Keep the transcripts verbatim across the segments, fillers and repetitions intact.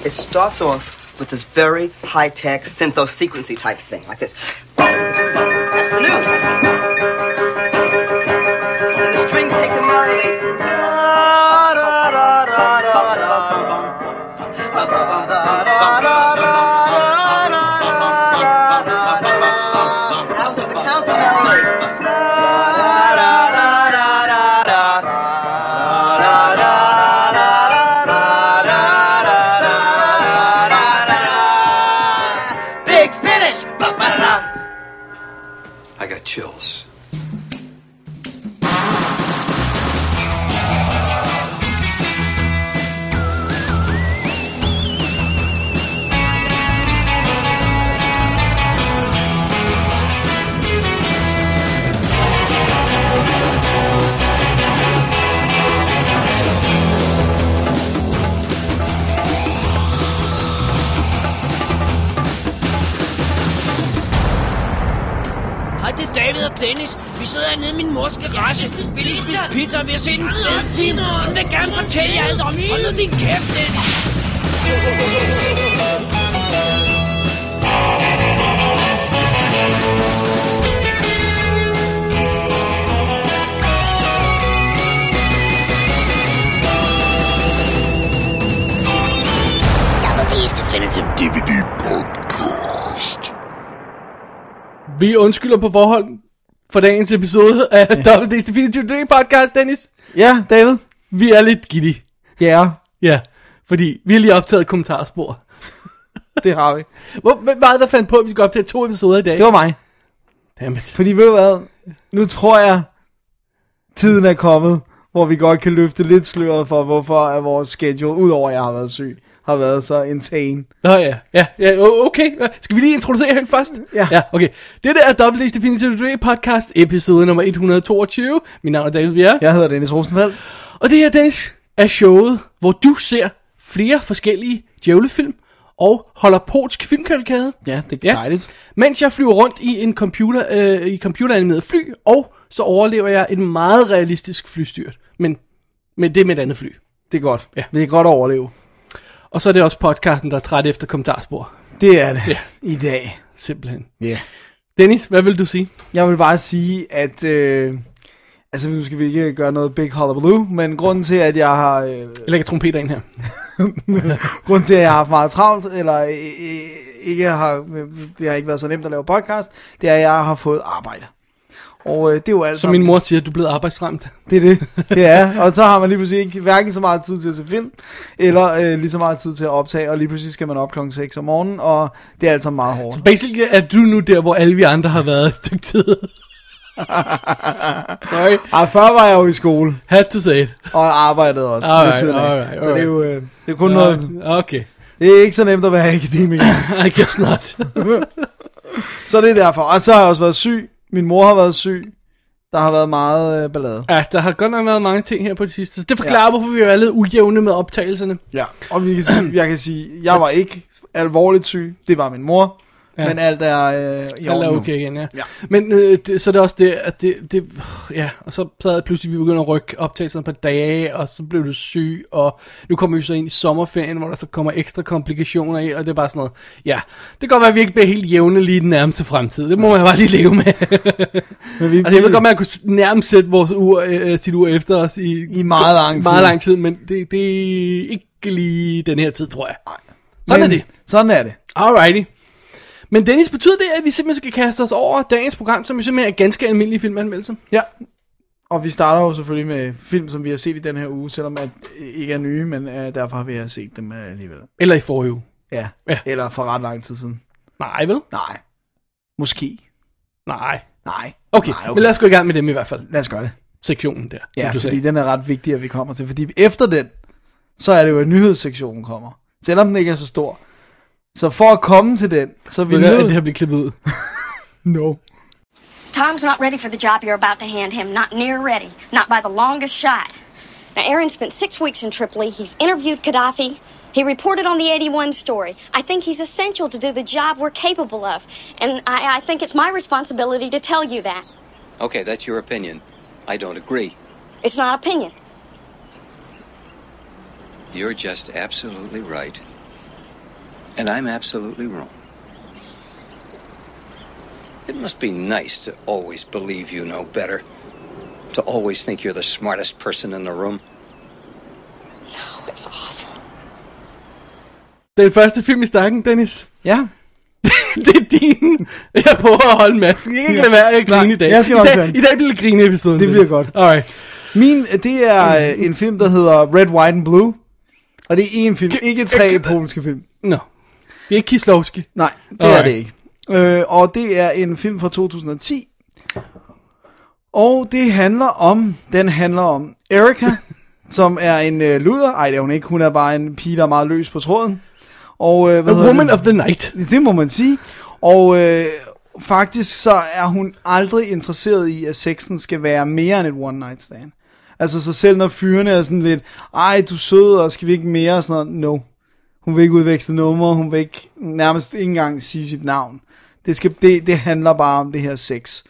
It starts off with this very high-tech syntho-sequency type thing, like this. That's the news. Then the strings take the melody. Alan does the counter melody. Big finish. I got chills. Hej, det er David og Dennis. Vi sidder hernede i min mors garage. Vi lige spise pizza, og vi har set en fed film. Han vil gerne fortælle jer alt om. Hold nu din kæft, Dennis. Double D's Definitive D V D Podcast. Vi undskylder på forhånd for dagens episode af ja. Double D's Definitive D V D Podcast, Dennis. Ja, David. Vi er lidt giddy. Ja. Yeah. Ja, fordi vi har lige optaget kommentarspor. Det har vi. Hvor, hvem var det, der fandt på, at vi skulle optage to episoder i dag? Det var mig. Dammit. Fordi ved du hvad, nu tror jeg, tiden er kommet, hvor vi godt kan løfte lidt sløret for, hvorfor er vores schedule, udover at jeg har været syg, har været så insane. Nå ja, ja, ja, okay. Skal vi lige introducere helt først? Ja. Ja, okay. Det der er Double D's Definitive D V D Podcast, episode nummer et hundrede og toogtyve. Mit navn er David Bjerre. Jeg hedder Dennis Rosenfeldt. Og det her, Dennis, er showet, hvor du ser flere forskellige djævlefilm og holder polsk filmkavalkade. Ja, det er dejligt. Mens jeg flyver rundt i en computer, øh, i computeranimeret fly, og så overlever jeg et meget realistisk flystyrt. Men, men det er med et andet fly. Det er godt. Ja. Det er godt at overleve. Og så er det også podcasten, der er træt efter kommentarspor. Det er det. Ja. I dag. Simpelthen. Ja. Yeah. Dennis, hvad vil du sige? Jeg vil bare sige, at... Øh, altså, nu skal vi ikke gøre noget big hullabaloo, men grunden til, at jeg har... Øh, jeg lægger trompeter ind her. grunden til, at jeg har haft meget travlt, eller øh, ikke har... Det har ikke været så nemt at lave podcast, det er, at jeg har fået arbejde. Og øh, det er jo altså... Som min mor siger, at du er blevet arbejdsramt. Det er det, det er. Og så har man lige pludselig ikke hverken så meget tid til at se film, eller øh, lige så meget tid til at optage, og lige pludselig skal man op klokken seks om morgenen, og det er altså meget hårdt. Så basically er du nu der, hvor alle vi andre har været et stykke tid. Sorry. Ej, før var jeg jo i skole. Had to say it. Og arbejdede også. Alright, alright, alright. Så det er jo øh, det er kun noget... Okay. Det er ikke så nemt at være akademiker. I guess not. Så det er derfor. Og så har jeg også været syg. Min mor har været syg. Der har været meget øh, ballade. Ja, der har godt nok været mange ting her på det sidste. Så det forklarer, ja. hvorfor vi er lidt ujævne med optagelserne. Ja, og vi kan sige, jeg kan sige, jeg var ikke alvorligt syg. Det var min mor. Ja. Men alt er øh, i alt er okay igen, ja. ja. Men øh, det, så er det også det, at det, det ja, og så sad jeg pludselig, vi begyndte at rykke optagelserne på dage, og så blev du syg, og nu kommer vi så ind i sommerferien, hvor der så kommer ekstra komplikationer i, og det er bare sådan noget, ja, det kan godt være, at vi ikke bliver helt jævne lige i den nærmeste fremtid. Det må man bare lige leve med. Men vi, altså, jeg ved godt, man kunne nærmest sætte vores ur, øh, sit ur efter os i, i meget lang tid. Meget lang tid, men det, det er ikke lige den her tid, tror jeg. Sådan men, er det. Sådan er det. Alrighty. Men Dennis, betyder det, at vi simpelthen skal kaste os over dagens program, som simpelthen er ganske almindelig filmanmeldelse? Ja, og vi starter jo selvfølgelig med film, som vi har set i den her uge, selvom at ikke er nye, men uh, derfor har vi har set dem uh, alligevel. Eller i forrige uge. Ja, ja, eller for ret lang tid siden. Nej, vel? Nej. Måske. Nej. Nej. Okay, Nej, okay. Men lad os gå i gang med dem i hvert fald. Lad os gøre det. Sektionen der, ja, du fordi sagde. Den er ret vigtig, at vi kommer til. Fordi efter den, så er det jo, at nyhedssektionen kommer. Selvom den ikke er så stor. Så for at komme til den, så er vi nødt... Det her bliver klippet ud. No. Tom's not ready for the job you're about to hand him. Not near ready. Not by the longest shot. Now, Aaron spent six weeks in Tripoli. He's interviewed Gaddafi. He reported on the eighty-one story. I think he's essential to do the job we're capable of. And I, I think it's my responsibility to tell you that. Okay, that's your opinion. I don't agree. It's not opinion. You're just absolutely right. And I'm absolutely wrong. It must be nice to always believe you know better. To always think you're the smartest person in the room. No, it's awful. Den første film i stakken, Dennis. Ja. Det er din. Jeg prøver at holde masken. Jeg kan ikke lade være at grine Nej, i dag. jeg skal I nok dag, tage den. I dag bliver det grine episoden. Det bliver godt. Alright. Min, det er øh, en film, der hedder Red, White and Blue. Og det er én film, ikke tre polske film. Nå. Det er ikke Kieslowski. Nej, det Alright. er det ikke. Øh, og det er en film fra to tusind og ti. Og det handler om, den handler om Erica, som er en øh, luder. Ej, det er hun ikke. Hun er bare en pige, der er meget løs på tråden. Og, øh, hvad A hedder Woman det? of the Night. Det må man sige. Og øh, faktisk så er hun aldrig interesseret i, at sexen skal være mere end et one night stand. Altså så selv når fyrene er sådan lidt, ej du er sød, og skal vi ikke mere, og sådan noget. No. Hun vil ikke udveksle numre, hun vil ikke nærmest ikke engang sige sit navn. Det, skal, det, det handler bare om det her sex.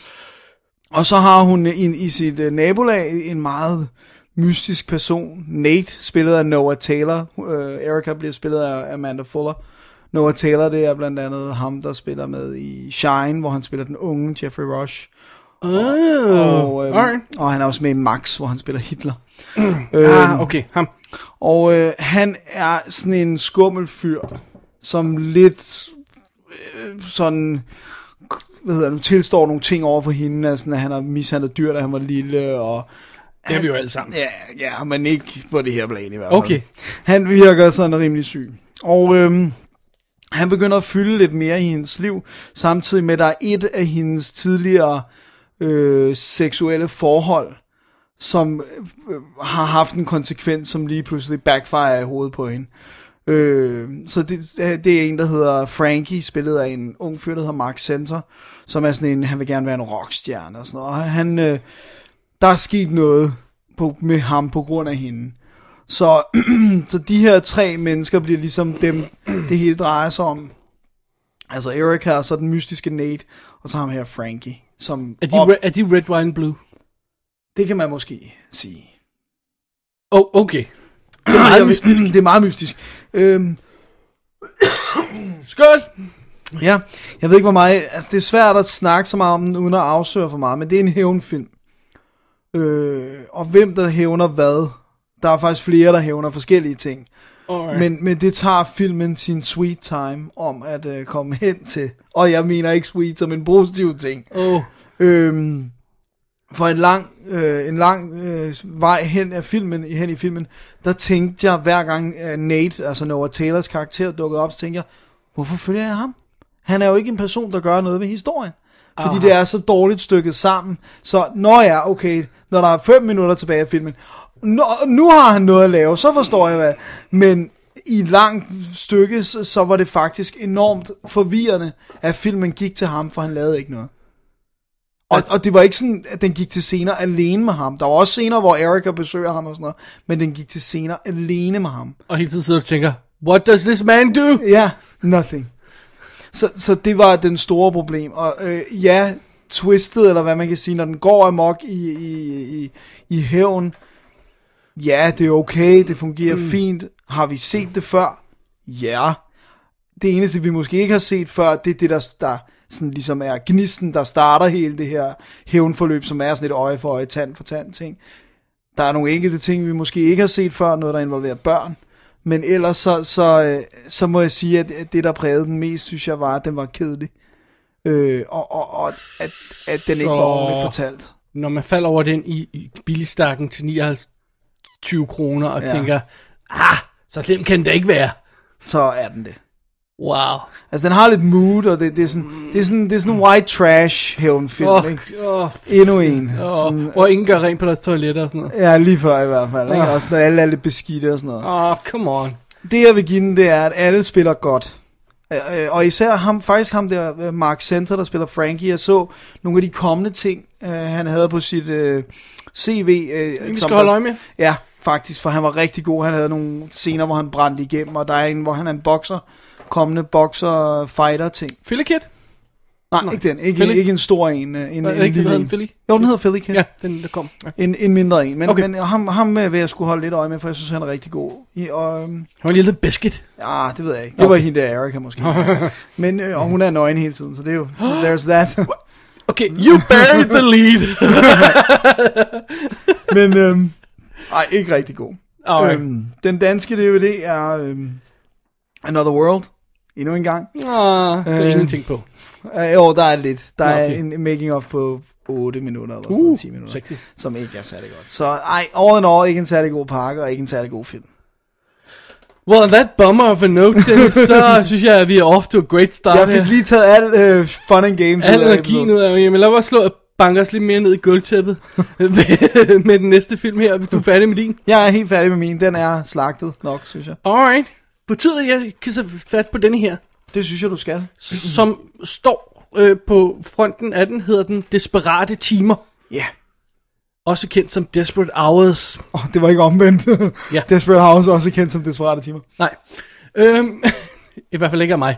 Og så har hun i, i sit uh, nabolag en meget mystisk person. Nate, spillet af Noah Taylor. Uh, Erica bliver spillet af Amanda Fuller. Noah Taylor, det er blandt andet ham, der spiller med i Shine, hvor han spiller den unge Jeffrey Rush. Oh, og, øhm, alright. og han er også med i Max, hvor han spiller Hitler. Mm. øhm, Ah, okay, ham. Og øh, han er sådan en skummel fyr, som lidt øh, sådan, hvad hedder det, tilstår nogle ting over for hende, altså, at han har mishandlet dyr, da han var lille, og Det er vi jo alle sammen. ja, ja, men ikke på det her plan i hvert fald. Okay. Han virker sådan rimelig syg. Og øhm, han begynder at fylde lidt mere i hendes liv, samtidig med, at der er et af hendes tidligere øh, seksuelle forhold, som øh, har haft en konsekvens, som lige pludselig backfire i hovedet på hende. Øh, så det, det er en, der hedder Frankie, spillet af en ung fyr, der hedder Mark Center, som er sådan en, han vil gerne være en rockstjerne og sådan noget. Og han, øh, der er sket noget på, med ham på grund af hende. Så, så de her tre mennesker bliver ligesom dem, det hele drejer sig om. Altså Erica, og så den mystiske Nate, og så ham her Frankie. Som Er de, op, re- er de red, wine, blue? det kan man måske sige. Oh, okay. Det er meget mystisk. Det er meget mystisk. Øhm, Skål! ja, jeg ved ikke hvor meget, altså det er svært at snakke så meget om den, uden at afsløre for meget, men det er en hævnfilm. Øh, og hvem der hævner hvad? Der er faktisk flere, der hævner forskellige ting. Alright. Men, men det tager filmen sin sweet time om at øh, komme hen til. Og jeg mener ikke sweet som en positiv ting. Oh. Øhm, for en lang, øh, en lang øh, vej hen af filmen, hen i filmen, der tænkte jeg hver gang øh, Nate, altså Noah Taylors karakter, dukkede op, så tænkte jeg, hvorfor følger jeg ham? Han er jo ikke en person, der gør noget ved historien. Fordi det er så dårligt stykket sammen. Så når jeg, okay, når der er fem minutter tilbage af filmen, nu, nu har han noget at lave, så forstår jeg hvad. Men i et langt stykke, så, så var det faktisk enormt forvirrende, at filmen gik til ham, for han lavede ikke noget. Og, og det var ikke sådan, at den gik til scener alene med ham. Der var også scener, hvor Erica besøger ham og sådan noget, men den gik til scener alene med ham. Og hele tiden sidder du og tænker, what does this man do? Ja, yeah, nothing. Så, så det var den store problem. Og øh, ja, twistet, eller hvad man kan sige, når den går amok i, i, i, i hævn, ja, det er okay, det fungerer mm. fint. Har vi set det før? Ja. Det eneste, vi måske ikke har set før, det er det, der, der sådan ligesom er gnisten, der starter hele det her hævnforløb, som er sådan et øje for øje, tand for tand ting. Der er nogle enkelte ting, vi måske ikke har set før, noget der involverer børn. Men ellers så, så, så må jeg sige, at det, der prægede den mest, synes jeg, var, at den var kedelig. Øh, og og, og at, at den så, ikke var ordentligt fortalt. Når man falder over den i, i billigstakken til nioghalvtreds kroner og ja. tænker, ah, så slemt kan den da ikke være. Så er den det. Wow. Altså, den har lidt mood, og det, det, er, sådan, det, er, sådan, det er sådan en white trash hævnfilm, oh, ikke? Oh, Endnu en. Oh, sådan, og ingen gør rent på deres toiletter og sådan noget. Ja, lige før i hvert fald. Ikke? Oh. Også når alle er lidt beskidte og sådan noget. Åh, oh, come on. Det jeg vil give den, det er, at alle spiller godt. Og især ham, faktisk ham der, Mark Center, der spiller Frankie. Jeg så nogle af de kommende ting, han havde på sit uh, C V. Uh, vi skal holde øje med. Ja, faktisk, for han var rigtig god. Han havde nogle scener, hvor han brændte igennem, og der er en, hvor han er en bokser. Kommende bokser-fighter-ting. Filler Kid? Nej, Nej, ikke den. Ikke, Philly? ikke en stor en. En, en, Er en det ikke, lille den en. Philly? Jo, den hedder Philly Kid. Ja, den der kom. Ja. En, en mindre en. Men, Okay. men ham, ham vil jeg skulle holde lidt øje med, for jeg synes, han er rigtig god. I, og, øhm, Han var en lille biscuit. ja, det ved jeg ikke. Det var Okay. hende der, Erica måske. men, øh, og hun er nøgen hele tiden, så det er jo, there's that. Okay, you buried the lead. men, øhm, ej, ikke rigtig god. Alright. Øhm, den danske D V D er øhm, Another World. Endnu en gang. Åh, så Øh. ingenting på. Øh, jo, der er lidt. Der Nå, er okay. en making of på otte minutter, eller sådan Uh, noget, ti minutter. sexy. Som ikke er særlig godt. Så ej, all in all, ikke en særlig god pakke, og ikke en særlig god film. Well, on that bummer of a note, Dennis, så synes jeg, at vi er off to a great start Jeg her. fik lige taget alt øh, fun and games Al ud af energien episoden. ud af mig. Men lad os slå og banke os lidt mere ned i gulvtæppet med, med den næste film her, hvis du er færdig med din. Jeg er helt færdig med min. Den er slagtet nok, synes jeg. Alright. Betyder det, at jeg kan så fat på denne her, Det synes jeg, du skal. som står øh, på fronten af den, hedder den Desperate Timer. Ja. Yeah. Også kendt som Desperate Hours. Oh, det var ikke omvendt. Ja. Desperate House også kendt som Desperate Timer. Nej. Øhm, I hvert fald ikke af mig.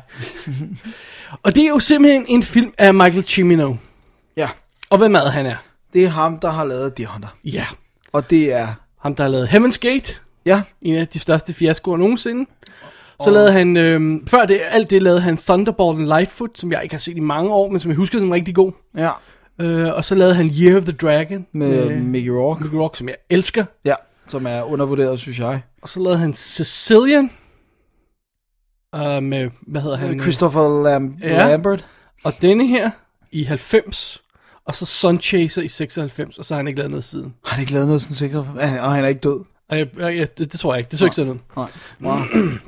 Og det er jo simpelthen en film af Michael Cimino. Ja. Og hvad mad han er. Det er ham, der har lavet Deer Hunter. Ja. Og det er... Ham, der har lavet Heaven's Gate. Ja. En af de største fiaskoer nogensinde. Så lavede han, øh, før det, alt det lavede han Thunderbolt and Lightfoot, som jeg ikke har set i mange år, men som jeg husker som rigtig god. Ja. Øh, og så lavede han Year of the Dragon. Med Mickey Rourke. Mickey Rourke, som jeg elsker. Ja. Som er undervurderet, synes jeg. Og så lavede han Sicilian. Øh, med, hvad hedder han? Christopher Lam- Ja. Lambert. Og denne her i halvfems. Og så Sun Chaser i seksoghalvfems, og så har han ikke lavet noget siden. Har han ikke lavet noget siden seksoghalvfems? Og han er ikke død. Og jeg, jeg, jeg, det, det tror jeg ikke, det så ikke sådan ud. Nej. Wow.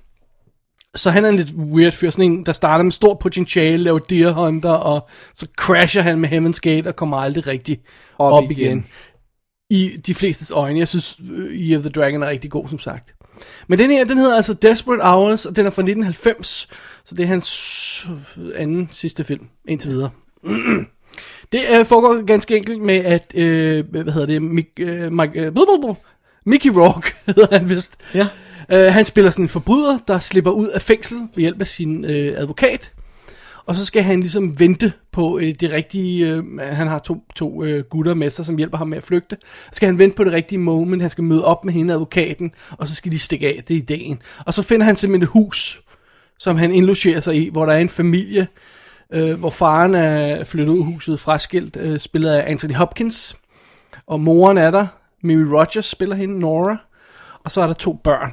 Så han er en lidt weird fyr, sådan en, der starter med stor potentiale, laver Deer Hunter, og så crasher han med Heaven's Gate, og kommer aldrig rigtig op, Op op igen. igen. I de flestes øjne. Jeg synes, uh, Year of the Dragon er rigtig god, som sagt. Men den her, den hedder altså Desperate Hours, og den er fra nitten halvfems, så det er hans anden sidste film, indtil videre. Det uh, foregår ganske enkelt med, at, uh, hvad hedder det, Mick, uh, Mike, uh, Mickey Rourke hedder han vist. Ja. Uh, han spiller sådan en forbryder, der slipper ud af fængsel ved hjælp af sin uh, advokat. Og så skal han ligesom vente på uh, det rigtige, uh, han har to, to uh, gutter med sig, som hjælper ham med at flygte. Så skal han vente på det rigtige moment, han skal møde op med hende, advokaten, og så skal de stikke af, det er ideen. Og så finder han simpelthen et hus, som han indlogerer sig i, hvor der er en familie, uh, hvor faren er flyttet ud af huset, fraskilt, uh, spillet af Anthony Hopkins. Og moren er der, Mary Rogers spiller hende, Nora. Og så er der to børn.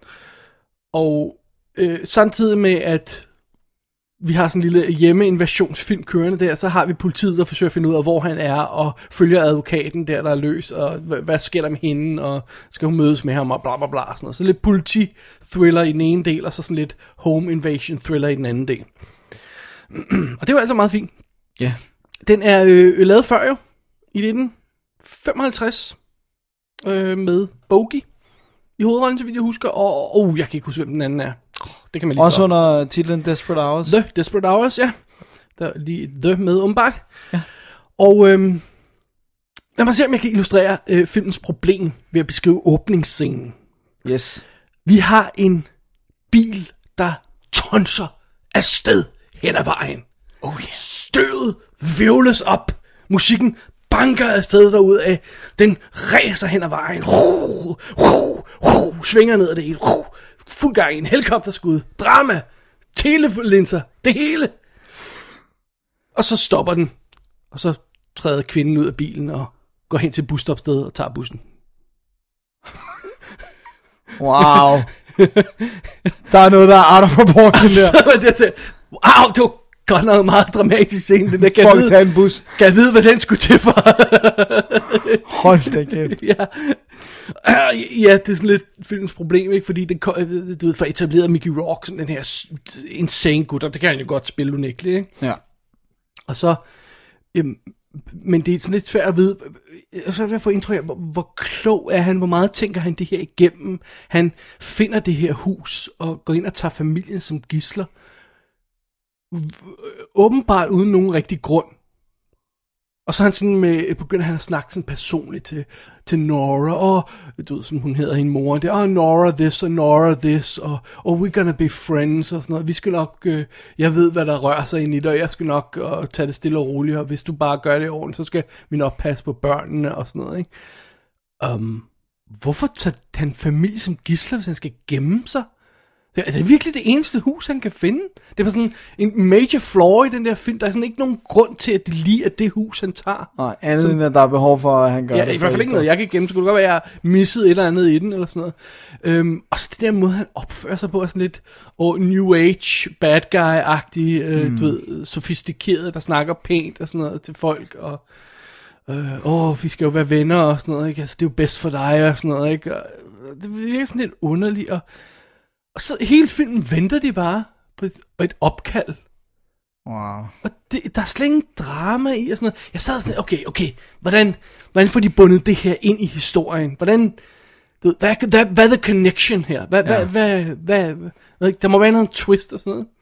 Og øh, samtidig med, at vi har sådan en lille hjemmeinvasionsfilm kørende der, så har vi politiet, der forsøger at finde ud af, hvor han er, og følger advokaten der, der er løs, og hvad, hvad sker der med hende, og skal hun mødes med ham, og bla bla bla. Sådan noget. Så lidt politi-thriller i den ene del, og så sådan lidt home invasion-thriller i den anden del. Og det var altså meget fint. Ja. Yeah. Den er øh, lavet før jo, i nitten femoghalvtreds, øh, med Bogey i hovedrollen, så vidt jeg husker, og oh, jeg kan ikke huske, hvem den anden er. Oh, det kan man lige Også så. under titlen Desperate Hours. The Desperate Hours, ja. Der er lige The med umiddelbart. Ja. Og øhm, lad mig se, om jeg kan illustrere øh, filmens problem ved at beskrive åbningsscenen. Yes. Vi har en bil, der tonser afsted hen ad vejen. Oh yes. Støvet virvles op. Musikken banker afsted derudad. Den ræser hen ad vejen. Ruh, ruh, ruh, svinger ned ad det hele. Ruh, fuld gang i en helikopterskud. Drama. Telelinser. Det hele. Og så stopper den. Og så træder kvinden ud af bilen og går hen til busstopstedet og tager bussen. Wow. Der er noget, der er out of proportion der. Så var det til, wow, det var godt nok meget dramatisk scene. Den der, kan jeg Folk vide, tager en bus. kan jeg vide, hvad den skulle til for? Hold da kæft. ja. Uh, ja, det er sådan lidt filmens problem, ikke? Fordi den, du ved, for etableret Mickey Rourke som den her insane gut, og det kan han jo godt spille unægteligt, ikke? Ja. Og så, øhm, men det er sådan lidt svært at vide, så er det at få indtryk af, hvor, hvor klog er han, hvor meget tænker han det her igennem. Han finder det her hus, og går ind og tager familien som gidsler. Åbenbart uden nogen rigtig grund. Og så er han sådan med, begynder han at snakke sådan personligt til, til Nora, og du ved, som hun hedder, hende mor, det er, oh, Nora this, og Nora this, og oh, we're gonna be friends, og sådan noget, vi skal nok, øh, jeg ved, hvad der rører sig ind i dig, og jeg skal nok øh, tage det stille og roligt, og hvis du bare gør det ordentligt, så skal vi nok passe på børnene, og sådan noget, ikke? Um, hvorfor tager han familie som gidsler, hvis han skal gemme sig? Det er, det er virkelig det eneste hus, han kan finde. Det er bare sådan en major flaw i den der film. Der er sådan ikke nogen grund til, at det lige er det hus, han tager. Nej, andet end at der er behov for, at han gør ja, det. i hvert fald ikke noget, jeg kan gemme. Så kunne det godt være, at jeg missede et eller andet i den, eller sådan noget. Øhm, og så det der måde, han opfører sig på, er sådan lidt oh, New Age, bad guy-agtig, øh, mm. du ved, sofistikeret, der snakker pænt og sådan noget til folk, og øh, åh, vi skal jo være venner og sådan noget, ikke? Altså, det er jo bedst for dig og sådan noget, ikke? Og det virker sådan lidt underligt, og Og så hele filmen venter de bare på et, et opkald. Wow. Og det, der er slet ingen drama i og sådan noget. Jeg sad sådan, okay, okay, hvordan, hvordan får de bundet det her ind i historien? Hvordan, du ved, hvad, hvad, hvad er the connection her? Hvad, ja. hvad, hvad, hvad, der må være noget twist og sådan noget.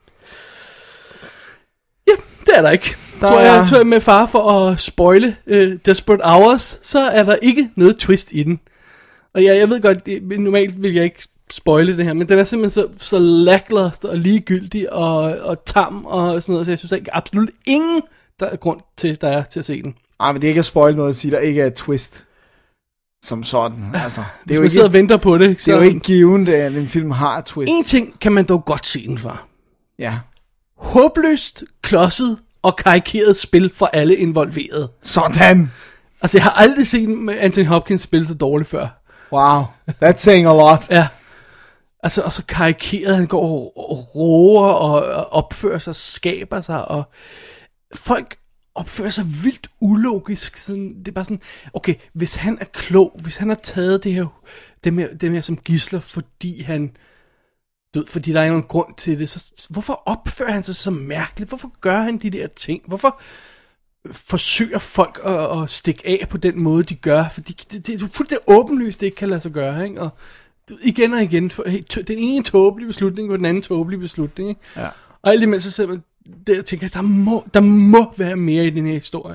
Ja, det er der ikke. Der tror jeg, er... tror jeg med far for at spoile uh, Desperate Hours, så er der ikke noget twist i den. Og ja, jeg ved godt, det, normalt vil jeg ikke spoile det her, men den er simpelthen så, så lackluster og ligegyldig og, og tam og sådan noget, så jeg synes der er absolut ingen der er grund til, der er til at se den. Ej, men det er ikke at spoile noget at sige, der ikke er et twist som sådan. Altså, det Hvis er jo man ikke, sidder og venter på det, ikke, det er jo ikke givet, at en film har et twist. En ting kan man dog godt se den for. Ja. Håbløst, klodset og karikeret spil for alle involverede. Sådan. Altså, jeg har aldrig set Anthony Hopkins spille så dårligt før. Wow, that's saying a lot. Ja. Altså, og så karikeret, han går og, og roer og, og opfører sig, skaber sig, og folk opfører sig vildt ulogisk. Sådan, det er bare sådan, okay, hvis han er klog, hvis han har taget det her, dem her, dem her som gidsler, fordi han, du ved, fordi der er nogen grund til det, så hvorfor opfører han sig så mærkeligt? Hvorfor gør han de der ting? Hvorfor forsøger folk at, at stikke af på den måde, de gør? Fordi det, det er fuldstændig åbenlyst, det ikke kan lade sig gøre, ikke? Og igen og igen, for, hey, den ene tåbelige beslutning og den anden tåbelige beslutning, ikke? Ja. Og alt imens så sidder man der og tænker, der må, der må være mere i den her historie.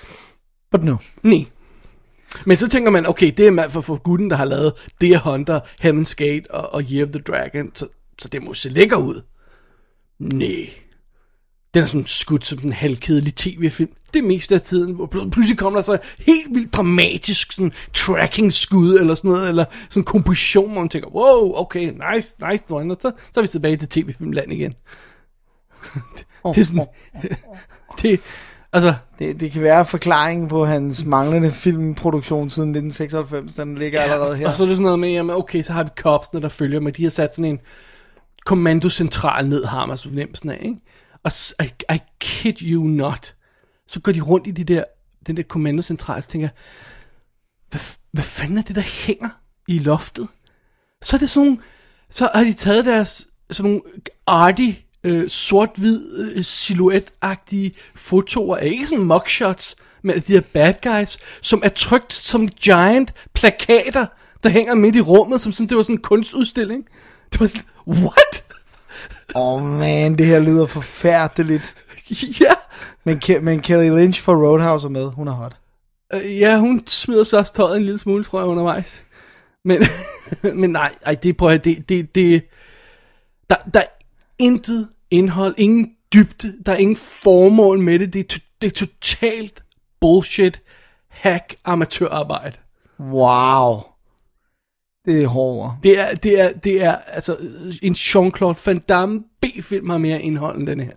But no. Nej. Men så tænker man, okay, det er for, for gutten, der har lavet Deer Hunter, Heaven's Gate og, og Year of the Dragon, så, så det må se lækker ud. Nej. Den er sådan skudt som en halvkedelig tv-film. Det meste af tiden, hvor pludselig kommer der så helt vildt dramatisk sådan tracking-skud, eller sådan noget, eller sådan en komposition, hvor man tænker, wow, okay, nice, nice, og så, så er vi tilbage til tv-filmland igen. det, det er sådan, det, altså... Det, det kan være forklaringen på hans manglende filmproduktion siden nitten seksoghalvfems, den ligger ja, allerede her. Og så er det sådan noget med, jamen okay, så har vi Copsene, der følger med, de har sat sådan en kommandocentral ned, har man så fornemmelsen af, ikke? Og I, I kid you not, så går de rundt i de der, den der kommandocentral, og tænker, hvad, hvad fanden er det, der hænger i loftet? Så er det sådan, så har de taget deres sådan nogle arty, øh, sort-hvid, øh, silhouette-agtige fotoer, ikke sådan mugshots, med de her bad guys, som er trykt som giant plakater, der hænger midt i rummet, som sådan, det var sådan en kunstudstilling. Det var sådan, what? Åh oh man, det her lyder forfærdeligt. Ja. Men, Ke- men Kelly Lynch fra Roadhouse er med, hun er hot. Uh, ja, hun smider så også tøjet en lille smule, tror jeg, undervejs. Men, men nej, ej, det prøver jeg, det, det, det, der, der er intet indhold, ingen dybde, der er ingen formål med det, det er, to, det er totalt bullshit, hack, amatørarbejde. Wow. Det er hårdere. Det er, det er, det er, altså, en Jean-Claude Van Damme B-film har mere indhold end denne her.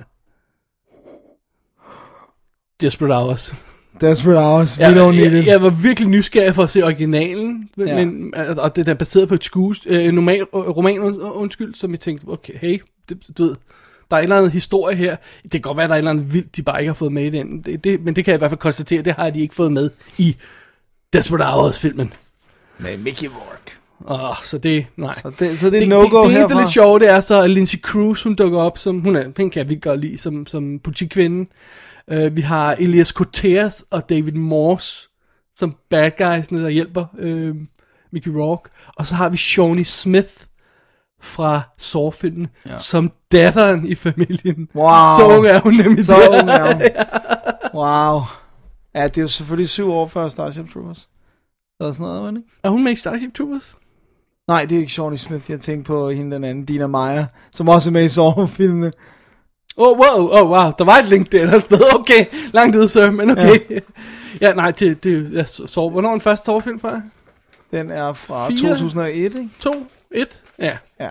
Desperate Hours. Desperate Hours, we jeg, don't need jeg, it. Jeg var virkelig nysgerrig for at se originalen, ja. men, og det er baseret på et skues, øh, normal roman, undskyld, som jeg tænkte, okay, hey, det, du ved, der er en eller anden historie her. Det kan godt være, der er en eller anden vildt, de bare ikke har fået med i den, det, det, men det kan jeg i hvert fald konstatere, det har de ikke fået med i Desperate Hours-filmen. Med Mickey Rourke. Åh, oh, så det, nej. Så det, så det er det, no-go det, det eneste herfra. lidt sjove, det er så, at Lindsay Cruz, hun dukker op som, hun er, hende kan jeg virkelig godt lide, som, som politikvinde. Uh, vi har Elias Koteas og David Morse, som bad guys, der hjælper uh, Mickey Rourke. Og så har vi Shawnee Smith fra Saw-filmen, ja. Som datteren i familien. Wow. Så ung er hun nemlig. Så ung er hun. Wow. Ja, det er jo selvfølgelig syv år før Starship Troopers. Eller sådan noget, men ikke? Er hun med i Starship Troopers? Nej, det er ikke Shawnee Smith. Jeg tænkte på hende den anden, Dina Meyer, som også er med i Saw-filmene. Oh, wow, oh, wow, der var et link der et sted. Okay, langt ude, sir, men okay. Ja, ja nej, det, det jeg så, hvornår er den første Saw-film fra? Den er fra Fire? to tusind og et, ikke? to, et, ja. Ja.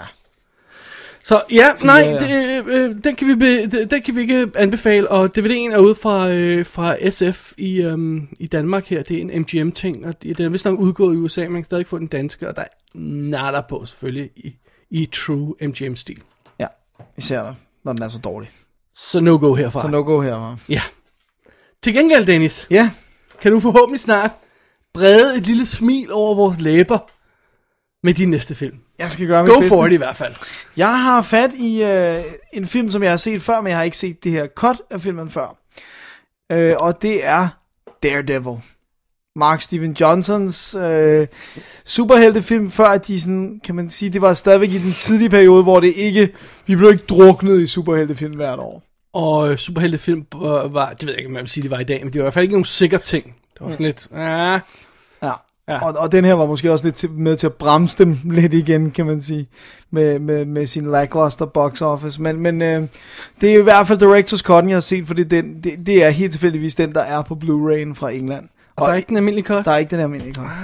Så ja, Fire, nej, ja. det, øh, den, kan vi be, den kan vi ikke anbefale, og D V D'en er ude fra, øh, fra S F i, øhm, i Danmark her, det er en M G M-ting, og den er vist nok udgået i U S A, men man kan stadig få den danske, og der er natter på selvfølgelig i, i true M G M-stil. Ja, især der, når den er så dårlig. Så no go herfra. Så no go herfra. Ja. Til gengæld, Dennis, Ja. kan du forhåbentlig snart brede et lille smil over vores læber med din næste film. Jeg skal gøre mit Go bedste. for it i hvert fald. Jeg har fat i øh, en film, som jeg har set før, men jeg har ikke set det her cut af filmen før. Øh, og det er Daredevil. Mark Steven Johnsons øh, superheltefilm, før de sådan, kan man sige, det var stadigvæk i den tidlige periode, hvor det ikke, vi blev ikke druknet i superheltefilm hvert år. Og øh, superheltefilm øh, var, det ved jeg ikke, om jeg vil sige, det var i dag, men det var i hvert fald ikke nogen sikker ting. Det var sådan lidt, ah, Ja. Ja. Og, og den her var måske også lidt til, med til at bremse dem lidt igen, kan man sige, med, med, med sin lackluster box office. Men, men øh, det er i hvert fald Director's Cut, jeg har set, fordi den, det, det er helt tilfældigvis den, der er på Blu-ray'en fra England. og der er ikke den almindelige cut. Der er ikke den almindelige cut.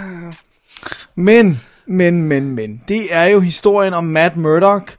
Men, men, men, men, det er jo historien om Matt Murdock,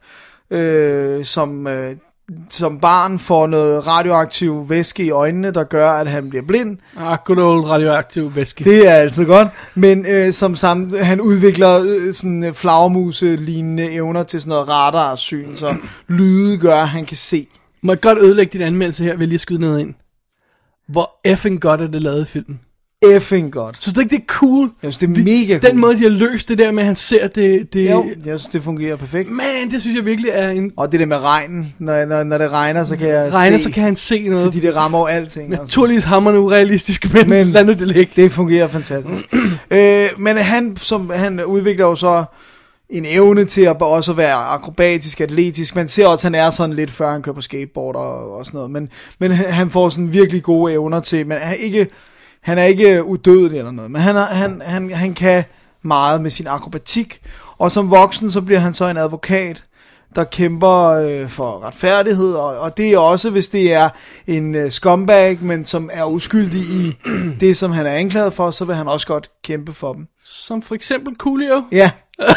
øh, som... Øh, som barn får noget radioaktiv væske i øjnene, der gør, at han bliver blind. Ah, good old radioaktiv væske. Det er altid godt. Men øh, som sammen, han udvikler øh, sådan flagermuse-lignende evner til sådan noget radarsyn, så lyde gør, at han kan se. Må jeg godt ødelægge din anmeldelse her, ved lige at skyde noget ind. Hvor effing godt er det lavet i filmen. Effing godt. Synes du ikke, det er cool? Jeg synes, det er mega cool. Den måde, de har løst det der med, at han ser det... det Jo, jeg synes, det fungerer perfekt. Man, det synes jeg virkelig er en... Og det der med regnen. Når, når, når det regner, så kan jeg Regner, se. så kan han se noget. Fordi det rammer over alting. Naturligvis hammerende urealistisk, men, Men- men lad nu det ligge. Det fungerer fantastisk. øh, men han, som, han udvikler jo så en evne til at også være akrobatisk, atletisk. Man ser også, at han er sådan lidt, før han kører på skateboard og, og sådan noget. Men, men han får sådan virkelig gode evner til, men han er ikke, han er ikke udødelig eller noget. Men han, er, han, han, han kan meget med sin akrobatik. Og som voksen, så bliver han så en advokat, der kæmper øh, for retfærdighed, og, og det er også, hvis det er en øh, scumbag, men som er uskyldig i det, som han er anklaget for, så vil han også godt kæmpe for dem. Som for eksempel Coolio. Ja,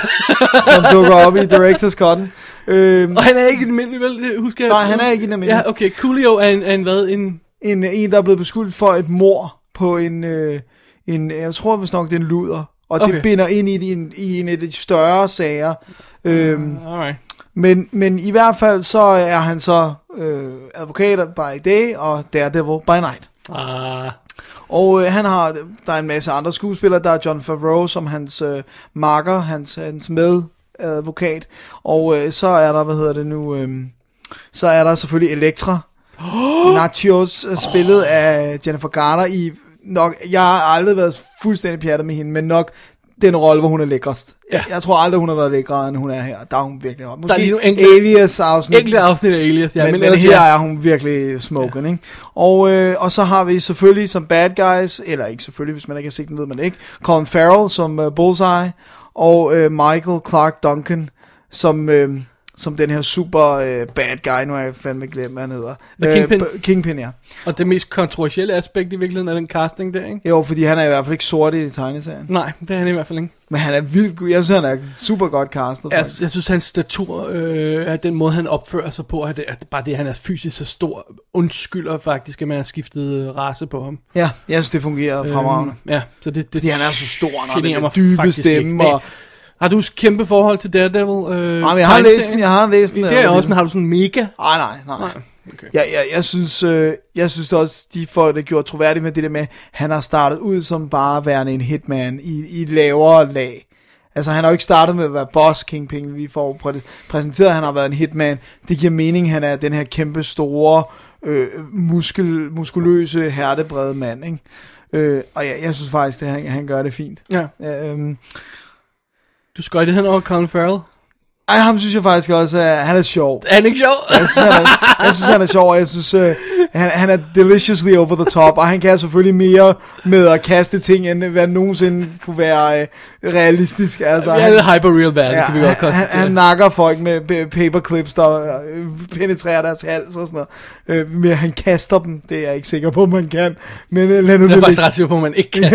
som dukker op i Director's Cut. Øhm, Og han er ikke en almindelig, vel? Det husker jeg. Nej, han er ikke en almindelig. Ja, okay. Coolio er en, er en hvad? En... en, en, der er blevet beskyldt for et mord på en, øh, en jeg tror vist nok, det er en luder, og det Okay. binder ind i en, i en af de større sager. Øhm, Alright. Men, men i hvert fald så er han så øh, advokat by day og Daredevil by night. Ah, Og øh, han har, der er en masse andre skuespillere, der er Jon Favreau som hans øh, makker, hans, hans medadvokat. Og øh, så er der, hvad hedder det nu, øh, så er der selvfølgelig Elektra. Oh! Nachos, øh, spillet oh. af Jennifer Garner i nok, jeg har aldrig været fuldstændig pjattet med hende, men nok den rolle, hvor hun er lækrest. Ja. Jeg, jeg tror aldrig, hun har været lækrere, end hun er her. Der er hun virkelig op. Der er lige Måske nogle enkelte- Alias-afsnit. enkelte afsnit af Alias, ja. Men, men, ellers, her ja. er hun virkelig smoken, ja. Ikke? Og, øh, og så har vi selvfølgelig som bad guys, eller ikke selvfølgelig, hvis man ikke har set den, ved man det ikke, Colin Farrell som uh, Bullseye, og øh, Michael Clark Duncan som, øh, som den her super øh, bad guy, nu har jeg fandme glemt, hvad han hedder. The Kingpin. B- Kingpin, ja. Og det mest kontroversielle aspekt i virkeligheden er den casting der, ikke? Jo, fordi han er i hvert fald ikke sort i tegneserien. Nej, det er han i hvert fald ikke. Men han er vildt god. Jeg synes, han er super godt castet. Jeg, faktisk. jeg synes, hans statur, øh, er den måde, han opfører sig på, at, det, at bare det, han er fysisk så stor, undskylder faktisk, at man har skiftet øh, race på ham. Ja, jeg synes, det fungerer fremragende. Øhm, ja, så det, det Fordi han er så stor, og generer den mig dybe faktisk stemme. ikke. Og... Har du kæmpe forhold til Daredevil? Øh, Nej, men jeg har læst den, jeg har læst den. Det er jeg også, men har du sådan mega? Nej, nej, nej. Nej, okay. Jeg, jeg, jeg synes, øh, jeg synes også, de får det gjort troværdigt med det der med, han har startet ud som bare værende en hitman i, i et lavere lag. Altså, han har jo ikke startet med at være boss Kingpin, vi får præ- præsenteret, at han har været en hitman. Det giver mening, han er den her kæmpe store, øh, muskel, muskuløse, hertebrede mand, ikke? Øh, og jeg, jeg synes faktisk, at han, han gør det fint. Ja. Øh, Du skøjtede hen over Colin Farrell? Ej, ham synes jeg faktisk også, at han er sjov. Er han ikke sjov? Jeg synes, han er, jeg synes, han er sjov, og jeg synes, uh, han, han er deliciously over the top, og han kan selvfølgelig mere med at kaste ting, end hvad nogensinde kunne være uh, realistisk. Altså, vi er lidt hyper-real bad, ja, kan vi godt han, konstatere. han nakker folk med paperclips, der uh, penetrerer deres hals og sådan noget. Uh, men han kaster dem, det er jeg ikke sikker på, man kan. Men uh, lad nu jeg er det faktisk ret sikker på, at man ikke kan.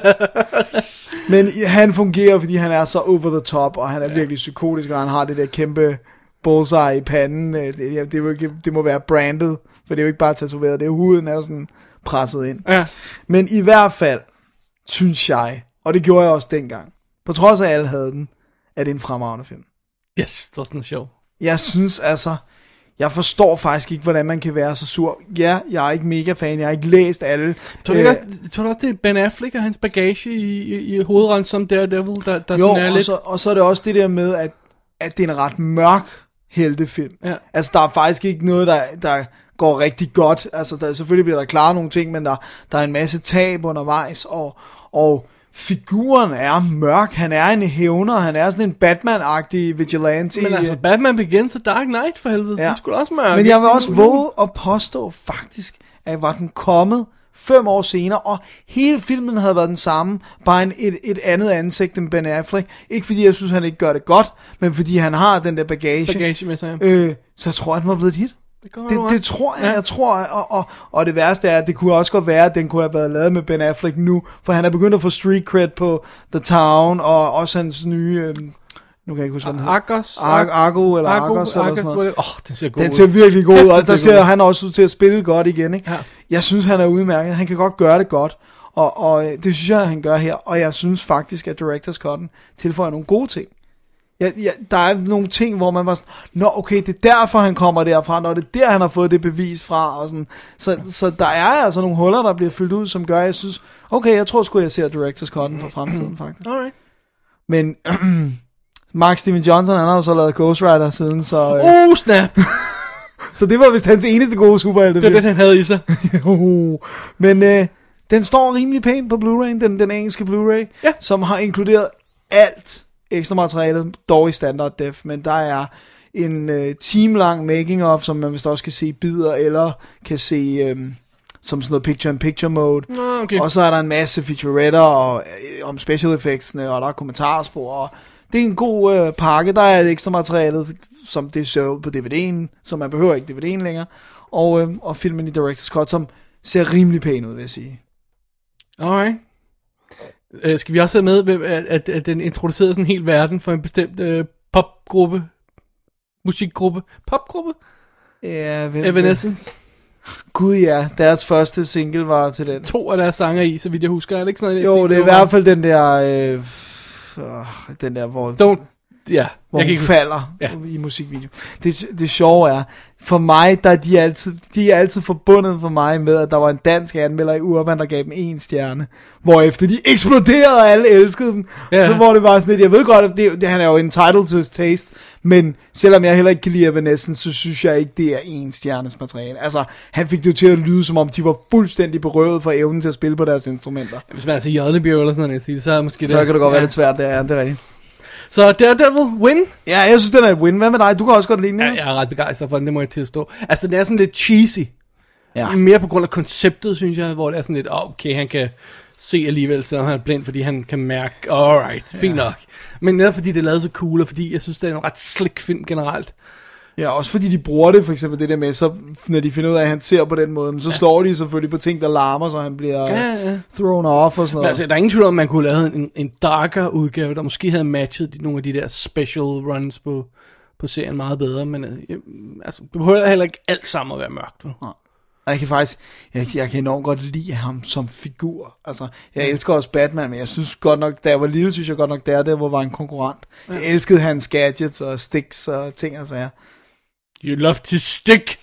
Men han fungerer, fordi han er så over the top, og han er ja. virkelig psykotisk, og han har det der kæmpe bullseye i panden. Det, det, det, det må være branded, for det er jo ikke bare tatoveret, det er huden er jo sådan presset ind. Ja. Men i hvert fald, synes jeg, og det gjorde jeg også dengang, på trods af at alle havde den, at det er en fremragende film. Yes, det er sådan sjov. Jeg synes altså, jeg forstår faktisk ikke, hvordan man kan være så sur. Ja, jeg er ikke mega fan, jeg har ikke læst alle. Tror du, øh, også, tror du også, det er Ben Affleck og hans bagage i, i, i hovedrollen som Daredevil, der, der jo, sådan er og lidt... så, og så er det også det der med, at, at det er en ret mørk heltefilm. Ja. Altså, der er faktisk ikke noget, der, der går rigtig godt. Altså, der, selvfølgelig bliver der klaret nogle ting, men der, der er en masse tab undervejs, og... og figuren er mørk, han er en hævner, han er sådan en Batman-agtig vigilante. Men altså, Batman Begins og Dark Knight for helvede, ja. Det er sgu da også mørk. Men jeg vil også våge at påstå faktisk, at var den kommet fem år senere, og hele filmen havde været den samme, bare en, et, et andet ansigt end Ben Affleck. Ikke fordi jeg synes, han ikke gør det godt, men fordi han har den der bagage. Bagage med sig, ja. øh, Så jeg tror, at den var blevet et hit. Det, det, det tror jeg, ja. jeg tror, og, og, og det værste er, at det kunne også godt være, at den kunne have været lavet med Ben Affleck nu, for han er begyndt at få street cred på The Town, og også hans nye, øhm, nu kan jeg ikke huske, hvad den hedder. Argos. Ar- Argo, eller Argo, Argos, eller sådan noget. Åh, oh, den ser god Den ser virkelig god ud, og der ser god. han også ud til at spille godt igen, ikke? Ja. Jeg synes, han er udmærket, han kan godt gøre det godt, og, og det synes jeg, han gør her, og jeg synes faktisk, at Director's Cut'en tilføjer nogle gode ting. Ja, ja, der er nogle ting, hvor man var sådan, nå okay, det er derfor, han kommer derfra, når det er der, han har fået det bevis fra, og sådan. Så, så der er altså nogle huller, der bliver fyldt ud, som gør, jeg synes, okay, jeg tror sgu, jeg ser Director's Cut'en for fremtiden, faktisk. Alright. Men Mark Steven Johnson, han har jo så lavet Ghost Rider siden, så... Øh, oh, snap! Så det var vist hans eneste gode superhelte. Det er det, han havde i sig. Men øh, den står rimelig pænt på Blu-ray, den, den engelske Blu-ray, ja. Som har inkluderet alt ekstra materialet, dog i standard def, men der er en øh, timelang making of, som man vist også kan se bidder, eller kan se øh, som sådan noget picture-in-picture mode. Ah, okay. Og så er der en masse featuretter og, øh, om special effectsene, og der er kommentarspor, og det er en god øh, pakke. Der er et ekstra materialet, som det ser på D V D'en, så man behøver ikke D V D'en længere, og, øh, og filmen i Director's Cut, som ser rimelig pæn ud, vil jeg sige. Alright. Uh, skal vi også have med, at, at, at den introducerede sådan en hel verden for en bestemt uh, popgruppe, musikgruppe, popgruppe? Ja, hvem Evanescence. Gud ja, deres første single var til den. To af deres sanger i, så vidt jeg husker. Er det ikke sådan, jo, det er i hvert fald den der, øh, øh, den der, hvor... Don't, ja, hvor hun falder ja. i musikvideo. Det, det sjove er, for mig, der er de altid, de er altid forbundet for mig med, at der var en dansk anmelder i Urban, der gav dem en stjerne, hvorefter de eksploderede, og alle elskede dem. Ja. Så hvor det var sådan lidt, jeg ved godt, at det, det, han er jo entitled to his taste, men selvom jeg heller ikke kan lide Evanescence, så synes jeg ikke, det er en stjernes materiale. Altså, han fik det jo til at lyde, som om de var fuldstændig berøvet for evnen til at spille på deres instrumenter. Hvis man er til Jørnebjerg eller sådan noget, så er måske det. Så kan det godt ja. være lidt svært, det er, det er rigtigt. Så Daredevil, win? Ja, jeg synes, den er et win. Hvad med dig? Du kan også godt lide den. Ja, jeg er ret begejstret for den, det må jeg tilstå. Altså, det er sådan lidt cheesy. Ja. Mere på grund af konceptet, synes jeg, hvor det er sådan lidt, oh, okay, han kan se alligevel, selvom han er blind, fordi han kan mærke, alright, fint ja. nok. Men netop fordi det er lavet så cool, og fordi jeg synes, det er en ret slick film generelt. Ja, også fordi de bruger det, for eksempel det der med, så når de finder ud af, at han ser på den måde, så ja. slår de selvfølgelig på ting, der larmer, så han bliver ja, ja. thrown off og sådan noget. Men altså, der er ingen tvivl om, man kunne lave en, en darker udgave, der måske havde matchet de, nogle af de der special runs på, på serien meget bedre, men altså, det behøver heller ikke alt sammen at være mørkt. Ja. Og jeg kan faktisk, jeg, jeg kan enormt godt lide ham som figur. Altså, jeg elsker også Batman, men jeg synes godt nok, da jeg var lille, synes jeg godt nok, der, der hvor var en konkurrent. Ja. Jeg elskede hans gadgets og sticks og ting og sager. You love to stick.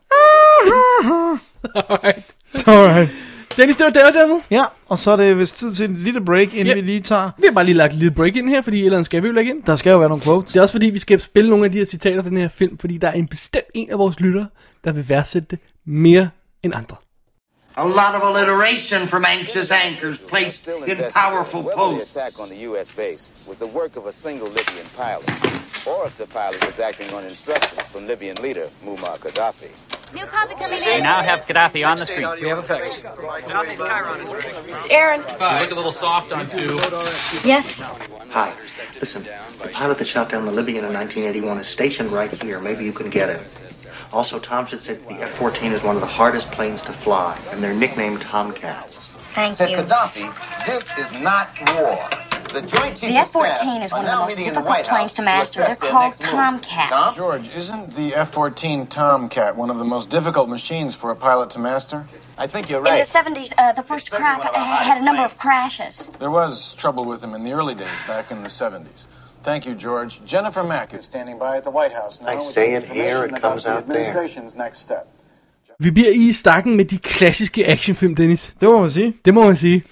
Alright. Alright. Dennis, det var Daredevil. Ja, og så er det vist tid til en lille break, inden ja. vi lige tager... Vi har bare lige lagt et lille break ind her, fordi ellers skal vi jo lægge ind. Der skal jo være nogle quotes. Det er også fordi, vi skal spille nogle af de her citater fra den her film, fordi der er en bestemt en af vores lyttere, der vil værdsætte det mere end andre. A lot of alliteration from anxious anchors placed in powerful posts. The attack on the U S base was the work of a single Libyan pilot. or if the pilot was acting on instructions from Libyan leader Muammar Gaddafi. New copy coming We in. now have Gaddafi on the street. We have effects. Gaddafi's Chiron is ready. It's Aaron. You look a little soft on two. Yes. Hi. Listen, the pilot that shot down the Libyan in nineteen eighty-one is stationed right here. Maybe you can get him. Also, Tom should say the F fourteen is one of the hardest planes to fly, and they're nicknamed Tomcats. Thank Said you. Gaddafi, this is not war. The Joint Chiefs The of F fourteen Staff is are one of the now most meeting in the difficult White planes House to master. assess They're their called next move. Tomcats. Tom? George, isn't the F fourteen Tomcat one of the most difficult machines for a pilot to master? I think you're In right. the seventies, uh, the first crop uh, had a number of crashes. There was trouble with him in the early days, back in the seventies. Thank you, George. Jennifer Mack is standing by at the White House now. I with say some it here, information it about comes the out there. administration's next step. Vi bliver i stakken med de klassiske actionfilm, Dennis. Det må man sige. Det må man sige.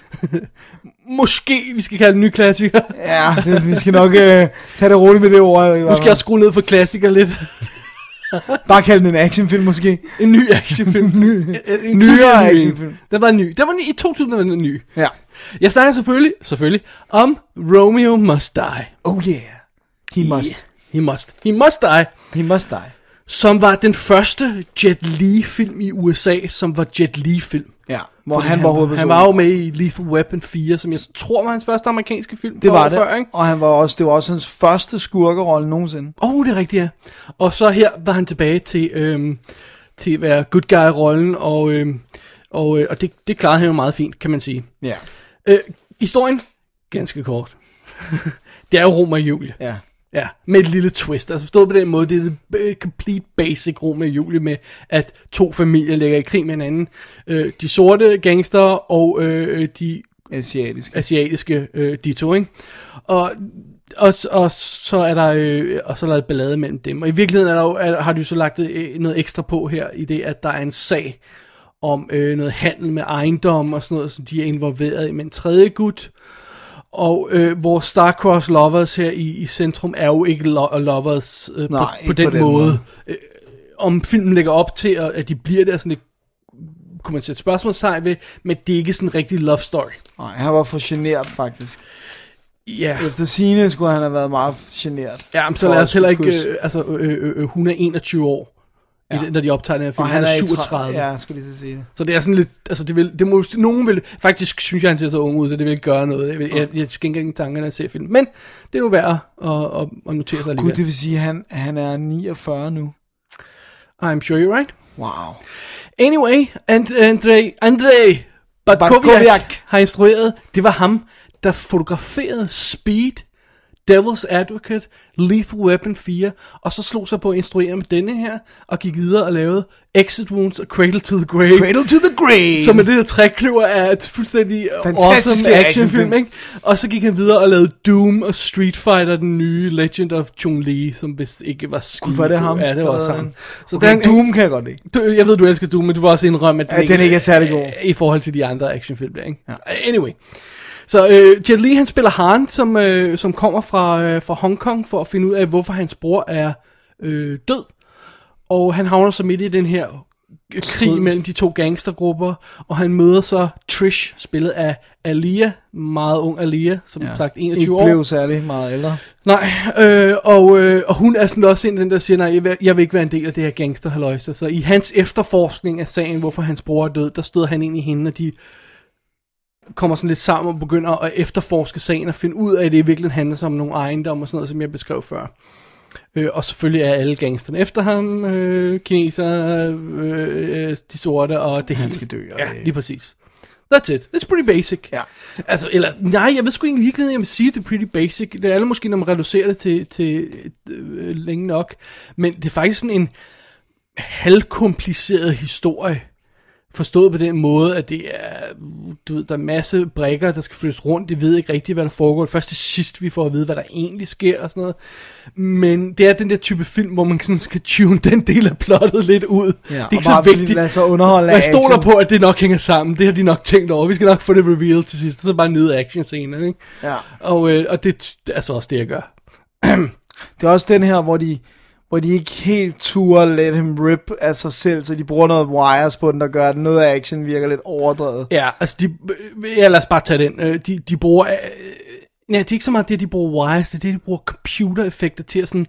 Måske vi skal kalde det en ny klassiker. Ja, det, vi skal nok uh, tage det roligt med det ord. Måske også skrue ned for klassiker lidt. Bare kalde den en actionfilm måske. En ny actionfilm. en, en Nyere actionfilm. Den var ny. Den var ny. I to tusind var den ny. Ja. Jeg snakker selvfølgelig, selvfølgelig om Romeo Must Die. Oh yeah. He must. Yeah. He must. He must die. He must die. Som var den første Jet Li film i U S A, som var Jet Li film. Ja, hvor Fordi han, han var hovedpersonen. Han var jo med i Lethal Weapon fire, som jeg tror var hans første amerikanske film. Det var det, før, ikke? og han var også, det var også hans første skurkerolle nogensinde. Åh, oh, det er rigtigt, ja. Og så her var han tilbage til, øhm, til at være good guy-rollen, og, øhm, og, øh, og det, det klarede han jo meget fint, kan man sige. Ja. Øh, historien, ganske kort. Det er jo Romeo og Julie. Ja. Ja, med et lille twist. Altså forstået på den måde, det er the complete basic Romeo og Julie med, at to familier ligger i krig med hinanden. Øh, de sorte gangster og øh, de Asiatiske. asiatiske, øh, de to, ikke? Og, og, og så er der øh, og så er der et ballade mellem dem. Og i virkeligheden er der jo, er, har de jo så lagt øh, noget ekstra på her, i det, at der er en sag om øh, noget handel med ejendom og sådan noget, som de er involveret i med en tredje gut. Og øh, vores Star-Crossed Lovers her i, i centrum er jo ikke lo- lovers øh, Nej, på, på den, på den måde. måde. Øh, om filmen lægger op til, at de bliver der sådan lidt, kunne man sætte spørgsmålstegn ved, men det er ikke sådan en rigtig love story. Nej, han var for genert faktisk. Ja. Efter sine skulle han have været meget genert. Ja, men så lad os heller ikke, øh, altså øh, øh, hun er enogtyve år, ja. i, når de optager den her film, Og han, han er er i syvogtredive. Ja, skulle lige så sige det. Så det er sådan lidt, altså det vil, det må, nogen vil, faktisk synes jeg, han ser så ung ud, så det vil gøre noget. Jeg, jeg, jeg, jeg skænker ingen tanker, når jeg ser film. Men det er nu værd at, at, at notere sig Gud, alligevel. det vil sige, at han, han er niogfyrre nu. I'm sure you're right. Wow. Anyway, And, Andrei, Andrei Bartkowiak Bartkowiak har instrueret, det var ham, der fotograferede Speed, Devil's Advocate, Lethal Weapon fire, og så slog sig på at instruere med denne her, og gik videre og lavede Exit Wounds og Cradle to the Grave. Cradle to the Grave! Som er det der trækløver af et fuldstændig Fantastisk awesome actionfilm, actionfilm. ikke? Og så gik han videre og lavede Doom og Street Fighter, den nye Legend of Chun-Li, som vist ikke var skide. Var det ham? Ja, det var også Eller- ham. Så Okay, den, Doom kan jeg godt lide. du, jeg ved, du elsker Doom, men du vil også indrømme, at Ja, den ikke er særlig god. i forhold til de andre actionfilm der, ikke? Ja. Anyway. Så øh, Jet Li, han spiller Han, som, øh, som kommer fra, øh, fra Hongkong for at finde ud af, hvorfor hans bror er øh, død. Og han havner så midt i den her øh, krig mellem de to gangstergrupper, og han møder så Trish, spillet af Aaliyah, meget ung Aaliyah, som ja. sagt enogtyve år. Ikke blev særlig meget ældre. Nej, øh, og, øh, og hun er sådan også en af den, der siger, nej, jeg vil, jeg vil ikke være en del af det her gangsterhalløjse. Så i hans efterforskning af sagen, hvorfor hans bror er død, der støder han ind i hende, og de kommer sådan lidt sammen og begynder at efterforske sagen og finde ud af, at det i virkeligheden handler sig om nogle ejendomme og sådan noget, som jeg beskrev før. Øh, og selvfølgelig er alle gangsterne efter ham, øh, kineser, øh, de sorte og det Han hele. skal dø, og Ja, det- lige præcis. That's it. It's pretty basic. Ja. Altså, eller, nej, jeg ved sgu ikke lige, jeg vil sige, det er pretty basic. Det er alle måske, når man reducerer det til, til øh, længe nok. Men det er faktisk sådan en halvkompliceret historie. Forstået på den måde, at det er, du ved, der er en masse brikker, der skal flyttes rundt. De ved ikke rigtigt, hvad der foregår. Først til sidst, vi får at vide, hvad der egentlig sker og sådan noget. Men det er den der type film, hvor man sådan skal tune den del af plottet lidt ud. Ja, det er og ikke bare så vigtigt. lade sig underholde af Jeg stoler action. på, at det nok hænger sammen. Det har de nok tænkt over. Vi skal nok få det reveal til sidst. Så bare nyde actionscenerne, ikke? Ja. Og, øh, og det, det er så også det, jeg gør. Det er også den her, hvor de, hvor de ikke helt turde let him rip af sig selv, så de bruger noget wires på den, der gør, at noget af action virker lidt overdrevet. Ja, altså, de, ja, lad os bare tage den. Øh, De, de bruger øh, Ja, det er ikke så meget det, de bruger wires, det er det, de bruger computereffekter til at sådan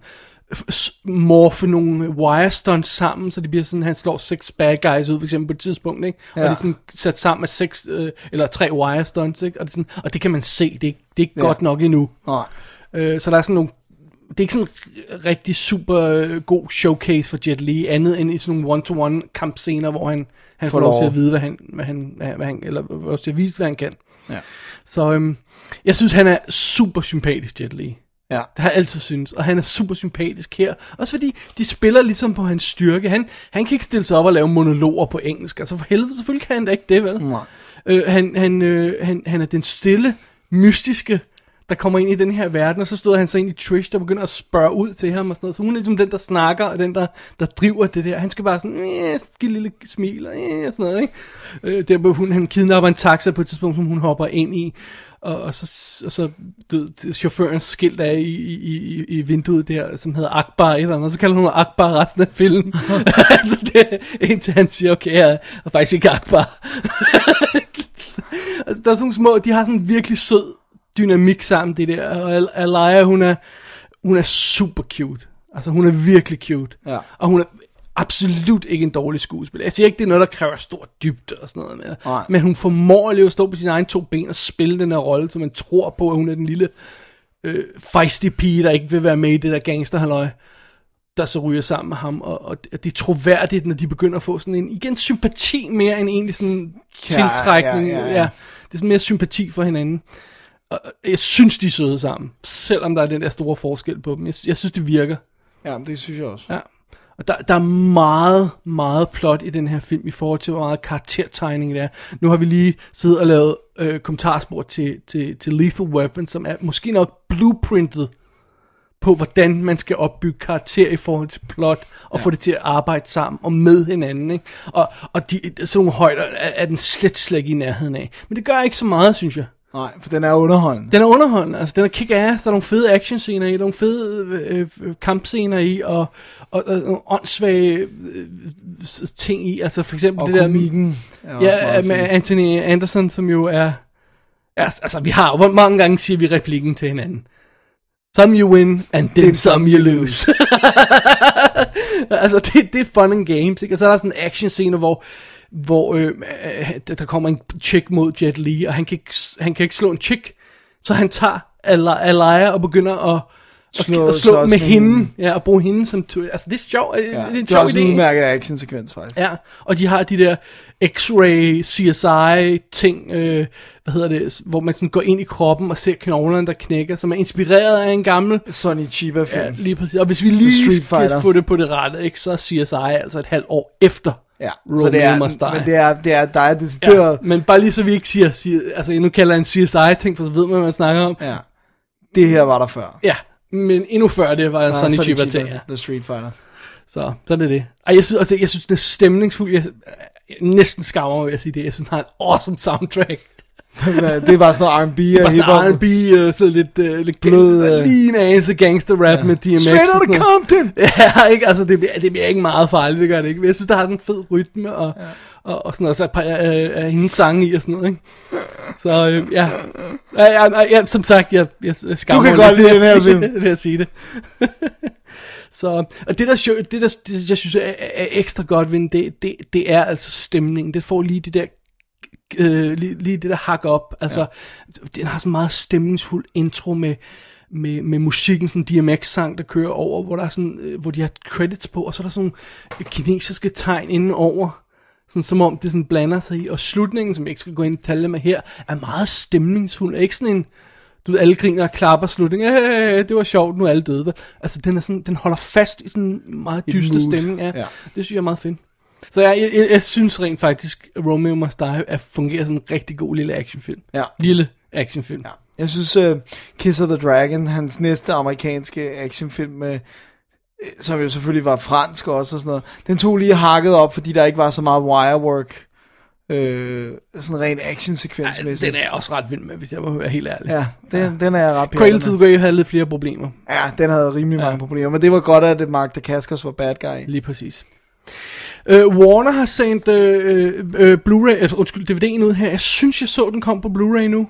morfe nogle wire stunts sammen, så det bliver sådan, han slår seks bad guys ud, for eksempel på et tidspunkt, ikke? Ja. Og det er sådan sat sammen med seks, øh, eller tre wire stunts, ikke? Og det, er sådan, og det kan man se, det er ikke, det er ikke ja. godt nok endnu. Nej. Øh, så der er sådan nogle, det er ikke sådan en rigtig super øh, god showcase for Jet Li, andet end i sådan nogle one-to-one kampscener, hvor han, han får lov til at vide, hvad han, hvad han, hvad han eller får til at vise, hvad han kan. Ja. Så øhm, jeg synes, han er super sympatisk, Jet Li. Ja. Det har jeg altid synes, og han er super sympatisk her. Også fordi de spiller ligesom på hans styrke. Han, han kan ikke stille sig op og lave monologer på engelsk. Altså for helvede, selvfølgelig kan han da ikke det, vel? Nej. Øh, han, han, øh, han, han er den stille, mystiske, der kommer ind i den her verden, og så stod han så ind i Trish, der begynder at spørge ud til ham og sådan noget. Så hun er ligesom den, der snakker, og den, der, der driver det der. Han skal bare sådan, eh, give et lille smil, og eh, sådan noget, ikke? Øh, der hvor hun, han kidnapper en taxa på et tidspunkt, som hun hopper ind i, og, og så, og så du, chaufførens skilt er i, i, i, i vinduet der, som hedder Akbar eller andet, og så kalder hun Akbar resten af filmen. Altså det, indtil han siger, okay, jeg er faktisk ikke Akbar. Altså der er sådan små, de har sådan virkelig sød dynamik sammen, det der, og Alaya, hun er, hun er super cute. Altså hun er virkelig cute. Ja. Og hun er absolut ikke en dårlig skuespiller. Jeg siger ikke, det er noget, der kræver stor dybde og sådan noget med. Nej. Men hun formår at leve stå på sine egne to ben og spille den her rolle, så man tror på, at hun er den lille øh, feisty pige, der ikke vil være med i det der gangsterhalløj, der så ryger sammen med ham. Og, og det er troværdigt, når de begynder at få sådan en, igen, sympati mere end egentlig sådan tiltrækning. Ja, ja, ja, ja. Ja, det er sådan mere sympati for hinanden. Og jeg synes, de er søde sammen, selvom der er den der store forskel på dem. Jeg, jeg synes, det virker. Ja, det synes jeg også. Ja. Og der, der er meget, meget plot i den her film, i forhold til, hvor meget karaktertegning det er. Nu har vi lige siddet og lavet øh, kommentarspor til, til, til Lethal Weapon, som er måske nok blueprintet på, hvordan man skal opbygge karakter i forhold til plot, og ja. få det til at arbejde sammen, og med hinanden, ikke? Og, og de, sådan nogle højder er, er den slet slet ikke i nærheden af. Men det gør ikke så meget, synes jeg. Nej, for den er underholdende. Den er underholdende, altså den er kick-ass, der er nogle fede actionscener i, der er nogle fede øh, kampscener i, og, og, og, og åndssvage øh, ting i, altså for eksempel og det komikken der ja, med fint. Anthony Anderson, som jo er, ja, altså vi har, hvor mange gange siger vi replikken til hinanden? Some you win, and then some you lose. Altså det, det er fun and games, ikke? Og så er der sådan en action scene, hvor hvor øh, der kommer en chick mod Jet Li, og han kan ikke, han kan ikke slå en chick, så han tager Alaya og begynder at, slå, at slå med, med hende, hende, ja, og bruge hende som, altså det er sjovt, ja, det er en det sjov er også idé. en udmærket action-sekvens faktisk. Ja, og de har de der X-ray C S I ting, øh, hvad hedder det, hvor man sådan går ind i kroppen og ser knoglerne, der knækker, som er inspireret af en gammel Sonny Chiba film. Ja, lige præcis. Og hvis vi lige skal få det på det rette, ikke, så er C S I altså et halvt år efter. Ja, så det er, men det er, det er, der er decideret. Ja, men bare lige så vi ikke siger, siger altså nu kalder jeg en C S I-ting, for så ved man, hvad man snakker om. Ja, det her var der før. Ja, men endnu før det var Sonny Chiba ting, ja. The Street Fighter. Så, så er det det. Ej, jeg synes, altså, jeg synes det er stemningsfuldt. Jeg, jeg næsten skammer mig ved at sige det. Jeg synes, han har en awesome soundtrack. Det var sådan noget R and B og hiphop. Det var sådan R and B og sådan lidt, uh, lidt blød, uh, lige en anelse gangster rap ja. med D M X. Straight out of Compton! Ja, ikke? Altså, det bliver, det bliver ikke meget farligt, det gør det ikke. Men jeg synes, der har den fed rytme og, ja. og, og sådan noget. Så er et par af uh, hendes sange i og sådan noget, ikke? Så uh, ja. Ja, ja, ja, som sagt, jeg, jeg skammer mig. Du kan godt lide den her film. Ved at sige det. Så, og det der, show, det der det, jeg synes er, er ekstra godt ved det, det, det er altså stemningen. Det får lige det der Øh, lige, lige det der hak op. Altså, ja. Den har sådan en meget stemningsfuld intro med, med, med musikken, sådan en D M X-sang, der kører over, hvor der er sådan, øh, hvor de har credits på, og så er der sådan nogle kinesiske tegn inden over, sådan som om det sådan blander sig i, og slutningen, som jeg ikke skal gå ind i detaljer med her, er meget stemningsfuld. Er ikke sådan en, du ved, alle griner og klapper slutningen, øh, det var sjovt, nu er alle døde. Altså, den, er sådan, den holder fast i sådan en meget dyster stemning. Ja. Ja. Det synes jeg er meget fedt. Så jeg, jeg, jeg, jeg synes rent faktisk, at Romeo Must Die er, fungerer som en rigtig god lille actionfilm. Ja. Lille actionfilm. Ja. Jeg synes, uh, Kiss of the Dragon, hans næste amerikanske actionfilm, uh, som jo selvfølgelig var fransk også og sådan noget, den tog lige hakket op, fordi der ikke var så meget wirework. Øh, sådan en ren action-sekvensmæssigt. Den er jeg også ret vild med, hvis jeg må være helt ærlig. Ja, den, ja. den er jeg ret Cradle to the Grave havde lidt flere problemer. Ja, den havde rimelig ja. mange problemer, men det var godt, at Mark Dacascos var bad guy. Lige præcis. Uh, Warner har sendt uh, uh, uh, Blu-ray, uh, undskyld, D V D'en ud her. Jeg synes, jeg så, den kom på Blu-ray nu.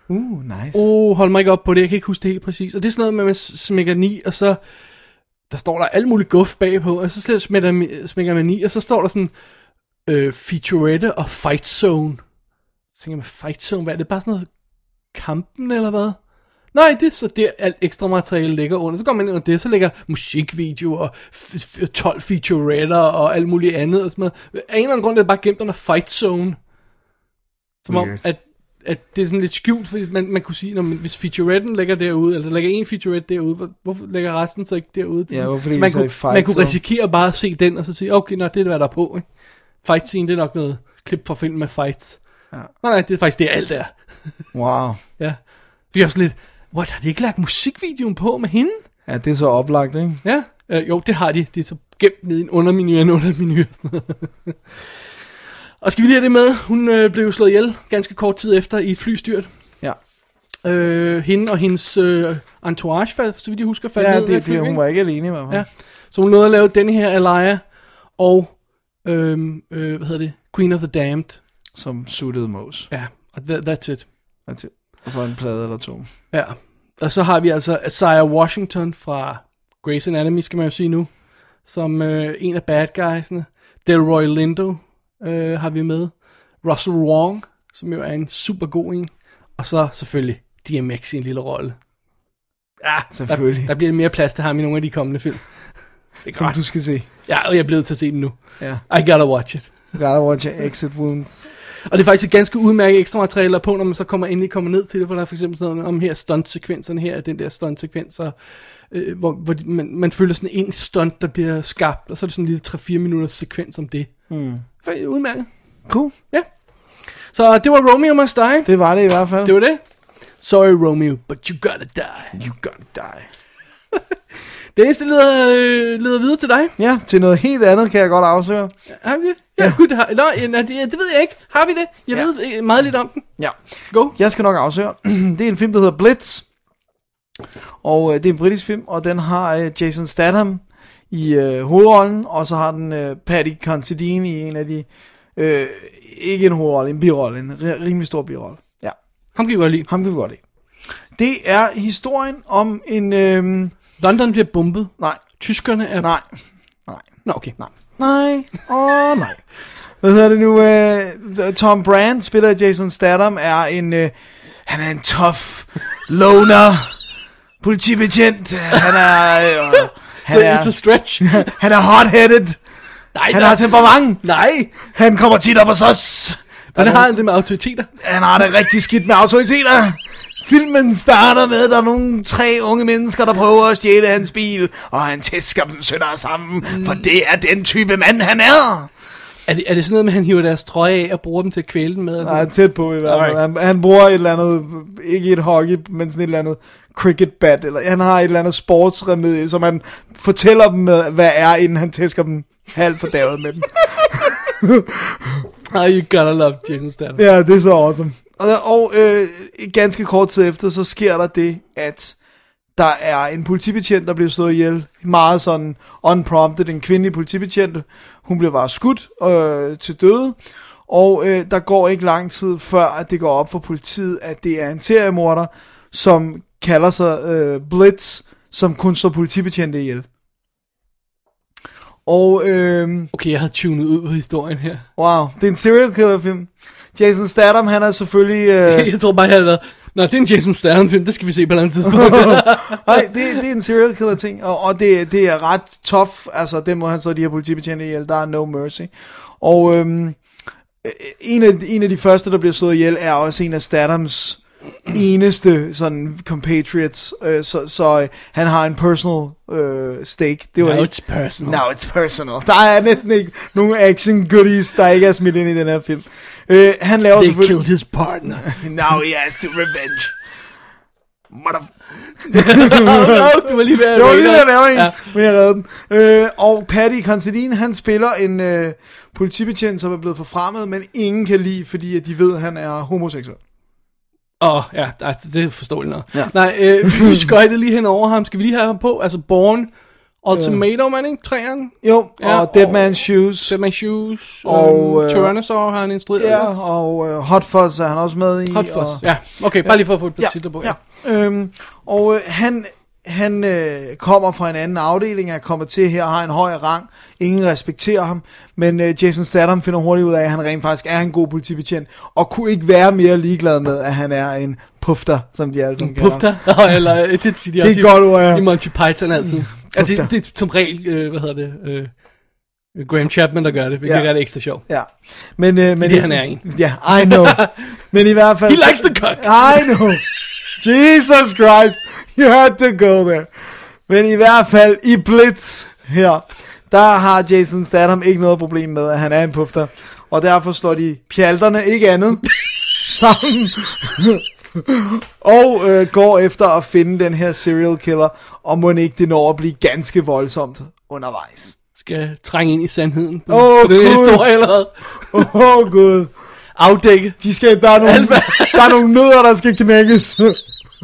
Uh, nice. Åh, oh, hold mig ikke op på det, jeg kan ikke huske det helt præcis. Og det er sådan noget med, at man smækker den i, og så, der står der alt muligt guf bagpå, og så slet smækker, smækker man i, og så står der sådan, øh, featurette og fight zone. Så tænker man, fight zone, hvad er det? Bare sådan noget kampen, eller hvad? Nej, det er så der, alt ekstra materiale ligger under. Så går man ind under det, så ligger musikvideo og f- tolv featuretter og alt muligt andet. Og sådan noget. Af en eller anden grund er det bare gemt under fight zone. Som om, at, at det er sådan lidt skjult, fordi man, man kunne sige, når man, hvis featuretten ligger derude, eller der ligger en featurette derude, hvor, hvorfor ligger resten så ikke derude? Ja, hvorfor så man, kunne, man kunne risikere bare at se den, og så sige, okay, nå, det er hvad der er på. Ikke? Fight scene, det er nok noget klip fra film med fights. Ja. Nej, nej, det er faktisk det, alt er. Wow. Ja. Vi har sådan lidt, what, har de ikke lagt musikvideoen på med hende? Ja, det er så oplagt, ikke? Ja, øh, jo, det har de. Det er så gemt ned i en undermenu af en undermenu. Og skal vi lige have det med? Hun øh, blev slået ihjel ganske kort tid efter i et flystyrt. Ja. Øh, hende og hendes øh, entourage, så vidt jeg husker, faldt ja, ned. Ja, det, det, hun var ikke alene i hvert fald. Ja. Så hun nåede at lave den her Elia og, øh, øh, hvad hedder det, Queen of the Damned. Som suttede Mose. Ja, og that, that's it. That's it. Og så en plade eller to. Ja, og så har vi altså Isaiah Washington fra Grey's Anatomy, skal man jo sige nu, som øh, en af bad guysene. Delroy Lindo øh, har vi med. Russell Wong, som jo er en super god en. Og så selvfølgelig D M X i en lille rolle. Ja, selvfølgelig. Der, der bliver mere plads til ham i nogle af de kommende film. Det er godt. Du skal se. Ja, og jeg er blevet til at se den nu. Ja. I gotta watch it. I gotta watch it. Exit Wounds. Og det er faktisk et ganske udmærket ekstra materialer på, når man så kommer endelig kommer ned til det, hvor der er for eksempel sådan noget om her stunt-sekvenserne her, den der stunt-sekvenser, øh, hvor, hvor man, man føler sådan en stunt, der bliver skabt, og så er det sådan en lille tre fire minutters sekvens om det. Mm. Faktisk udmærket. Cool. Ja. Så det var Romeo Must Die. Det var det i hvert fald. Det var det. Sorry Romeo, but you gotta die. You gotta die. Det eneste leder, øh, leder videre til dig. Ja, til noget helt andet kan jeg godt afsøge. Har vi det? Ja, ja. Gud, det har, nå, nej, det, det ved jeg ikke. Har vi det? Jeg ja. ved meget lidt om den. Ja. Go. Jeg skal nok afsøge. Det er en film, der hedder Blitz. Og øh, det er en britisk film, og den har øh, Jason Statham i øh, hovedrollen, og så har den øh, Paddy Considine i en af de, øh, ikke en hovedrolle, en birolle, en r- rimelig stor birolle. Ja. Ham kan vi godt lide. Ham kan vi godt lide. Det er historien om en... Øh, London bliver bombet. Nej. Tyskerne er... Nej. Nej. Nå, okay. Nej. Nej. Åh, oh, nej. Hvad hedder det nu? Uh, Tom Brand spiller Jason Statham, er en... Uh, han er en tough loner politibetjent. Han er... Uh, han er it's a stretch. Han er hot-headed. Nej, han har temperament. Nej. Han kommer tit op hos os. Hvordan har han det med autoriteter? Han har det rigtig skidt med autoriteter. Filmen starter med, at der er nogle tre unge mennesker, der prøver at stjæle hans bil, og han tæsker dem sønder sammen, mm. for det er den type mand, han er. Er det, er det sådan noget med, at han hiver deres trøje af og bruger dem til at kvæle dem med? Altså? Nej, tæt på i hvert fald. Han, han bruger et eller andet, ikke et hockey, men sådan et eller andet cricket bat, eller han har et eller andet sportsremedie, som han fortæller dem, med, hvad er, inden han tæsker dem halvt fordavet med dem. Oh, you gotta love Jason Statham. Ja, det er så awesome. Og, og øh, ganske kort tid efter, så sker der det, at der er en politibetjent, der bliver slået ihjel. Meget sådan unprompted, en kvindelig politibetjent. Hun bliver bare skudt øh, til døde. Og øh, der går ikke lang tid før, at det går op for politiet, at det er en seriemorder, som kalder sig øh, Blitz, som kun slår politibetjente ihjel. Og, øh, okay, jeg havde tunet ud på historien her. Wow, det er en serial killer film. Jason Statham, han er selvfølgelig... Øh... jeg tror bare, jeg havde været... Nå, det er en Jason Statham film, det skal vi se på et andet tidspunkt. Nej, det, det er en serial killer ting, og, og det, det er ret tough. Altså, det må han så de her politibetjente ihjel. Der er no mercy. Og øhm, en, af, en af de første, der bliver slået ihjel, er også en af Stathams eneste sådan compatriots. Øh, så så øh, han har en personal øh, stake. Det var Now ikke, it's personal. Now it's personal. Der er næsten ikke nogen action goodies, der ikke er smidt ind i den her film. Øh, han laver They selvfølgelig... killed his partner. Now he has to revenge. Mother... oh, no, du var lige ved at lave en. Jeg var lige ved at lave en, ja. men jeg redde den. Øh, og Paddy Considine, han spiller en øh, politibetjent, som er blevet forfremmet, men ingen kan lide, fordi at de ved, at han er homoseksuel. Åh, oh, ja, det er forståeligt nok. Ja. Nej, øh, vi skøjtede lige hen over ham. Skal vi lige have ham på? Altså, Born Ultimatum, er det ikke? Træeren? Jo, ja, og Dead Man's Shoes. Dead Man's Shoes. Og, um, øh, Tyrannosaur har han instrueret. Ja, og uh, Hot Fuzz er han også med i. Hot Fuzz, og, ja. Okay, bare lige for at få et par ja, titler på. Ja. Ja. Øhm, og øh, han, han øh, kommer fra en anden afdeling, er kommet til her og har en høj rang. Ingen respekterer ham, men øh, Jason Statham finder hurtigt ud af, at han rent faktisk er en god politibetjent, og kunne ikke være mere ligeglad med, at han er en pufter, som de alle sammen kalder ham. Pufter? Eller, det, det, de det er et godt ord, ja. I Monty Python altid. Altså, det, det er som regel, øh, hvad hedder det, øh, Graham Chapman, der gør det, hvilket ja. gør det ekstra sjovt. Ja. Men, øh, men det han er en. Ja, I know. Men i hvert fald... He likes the cock. I know. Jesus Christ. You had to go there. Men i hvert fald i Blitz her, der har Jason Statham ikke noget problem med, at han er en pufter. Og derfor står de pjalterne ikke andet sammen. og øh, går efter at finde den her serial killer, og må ikke det når at blive ganske voldsomt undervejs. Skal trænge ind i sandheden på, oh, på den historie allerede. Åh oh, gud. Afdække. De skal, der, er nogle, der er nogle nødder, der skal knækkes. Åh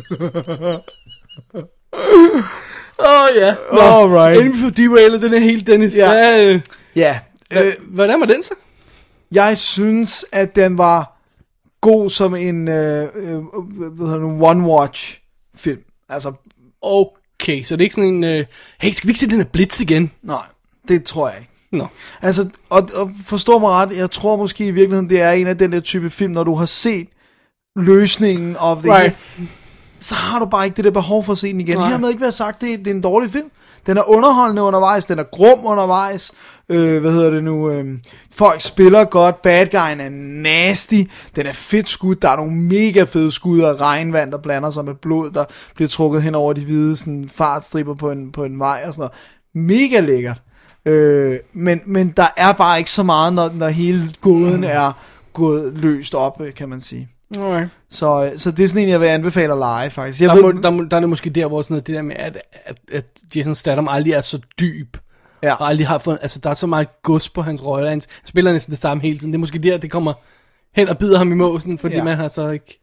oh, ja. Nå, alright. Inden vi får derailet den her helt, Dennis. Ja. Hvad, øh, ja. Hvad, øh, hvordan var den så? Jeg synes, at den var god som en øh, øh, hvad hedder det, one-watch film. Altså, okay, så det er ikke sådan en, øh, hey, skal vi ikke se den her Blitz igen? Nej, det tror jeg ikke. Nå. Altså, og, og forstå mig ret, jeg tror måske i virkeligheden, det er en af den der type film, når du har set løsningen of the right. hele, så har du bare ikke det der behov for at se den igen. Nej. Hermed ikke været sagt, det, det er en dårlig film. Den er underholdende undervejs, den er grum undervejs, øh, hvad hedder det nu, øh, folk spiller godt, bad guyen er nasty, den er fedt skud, der er nogle mega fede skud af regnvand, der blander sig med blod, der bliver trukket hen over de hvide sådan, fartstriber på en, på en vej og sådan noget. Mega lækkert. Øh, men, men der er bare ikke så meget, når, når hele gåden er gået løst op, kan man sige. Okay. Så, så det er sådan en, jeg vil anbefale at lege, faktisk. Jeg der, ved, må, der, må, der er det måske der, hvor sådan noget, det der med, at, at, at Jason Statham aldrig er så dyb. Ja. Og aldrig har fået, altså der er så meget gods på hans rolle. Han spiller næsten det samme hele tiden. Det er måske der, det kommer hen og bider ham i måsen, fordi ja. man har så ikke...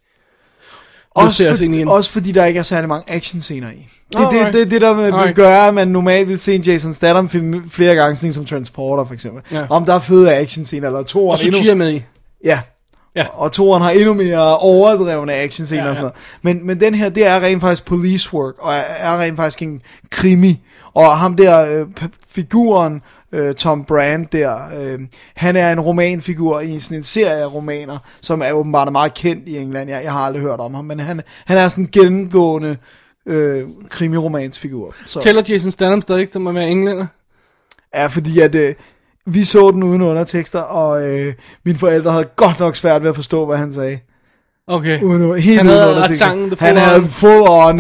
Også, for, også fordi der ikke er særlig mange actionscener i. Det er oh, det, det, det, der vil right. gøre, at man normalt vil se en Jason Statham film flere gange, sådan som Transporter for eksempel. Ja. Om der er fede actionscener, eller to og Suchiya med i. Ja. Ja. Og toeren har endnu mere overdrevne actionscener ja, ja. og sådan noget. Men, men den her, det er rent faktisk police work, og er, er rent faktisk en krimi. Og ham der, øh, figuren, øh, Tom Brand der, øh, han er en romanfigur i sådan en serie af romaner, som er åbenbart meget kendt i England. Jeg, jeg har aldrig hørt om ham, men han, han er sådan en gennemgående øh, krimiromansfigur. Så. Tæller Jason Statham stadig som at være englænder? Ja, fordi at... Øh, vi så den uden undertekster, og øh, mine forældre havde godt nok svært ved at forstå, hvad han sagde. Okay. Uden, helt han uden havde undertekster. accenten, han havde full on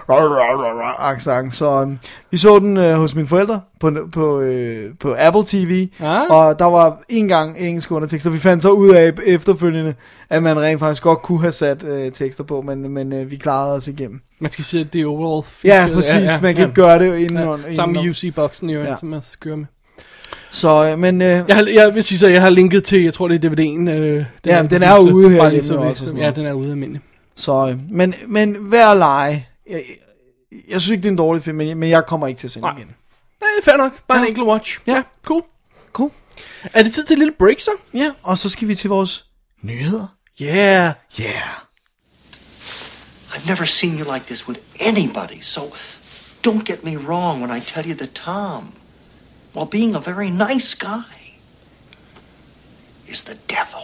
øh, accent. Så øh, vi så den øh, hos mine forældre på, på, øh, på Apple T V, ah. og der var en gang engelske undertekster. Vi fandt så ud af efterfølgende, at man rent faktisk godt kunne have sat øh, tekster på, men, men øh, vi klarede os igennem. Man skal sige, at det er overall feature. Ja, præcis. Ja, ja, man kan ja. gøre det inden. Ja, sammen med U C-boksen jo, ja. som jeg skør med. Så, men... Øh, jeg, har, jeg vil sige så, jeg har linket til, jeg tror det er D V D'en. Øh, den ja, er, den er jo ude her hjemme også. Sådan ja, den er ude almindelig. Så, øh, men, men vær at lege. Jeg, jeg synes ikke, det er en dårlig film, men jeg kommer ikke til at se den igen. Nej, fair nok. Bare ja. en enkelt watch. Ja. ja, cool. Cool. Er det tid til et lille break så? Ja, og så skal vi til vores nyheder. Yeah. Yeah. I've never seen you like this with anybody, so don't get me wrong when I tell you that Tom, while being a very nice guy, is the devil.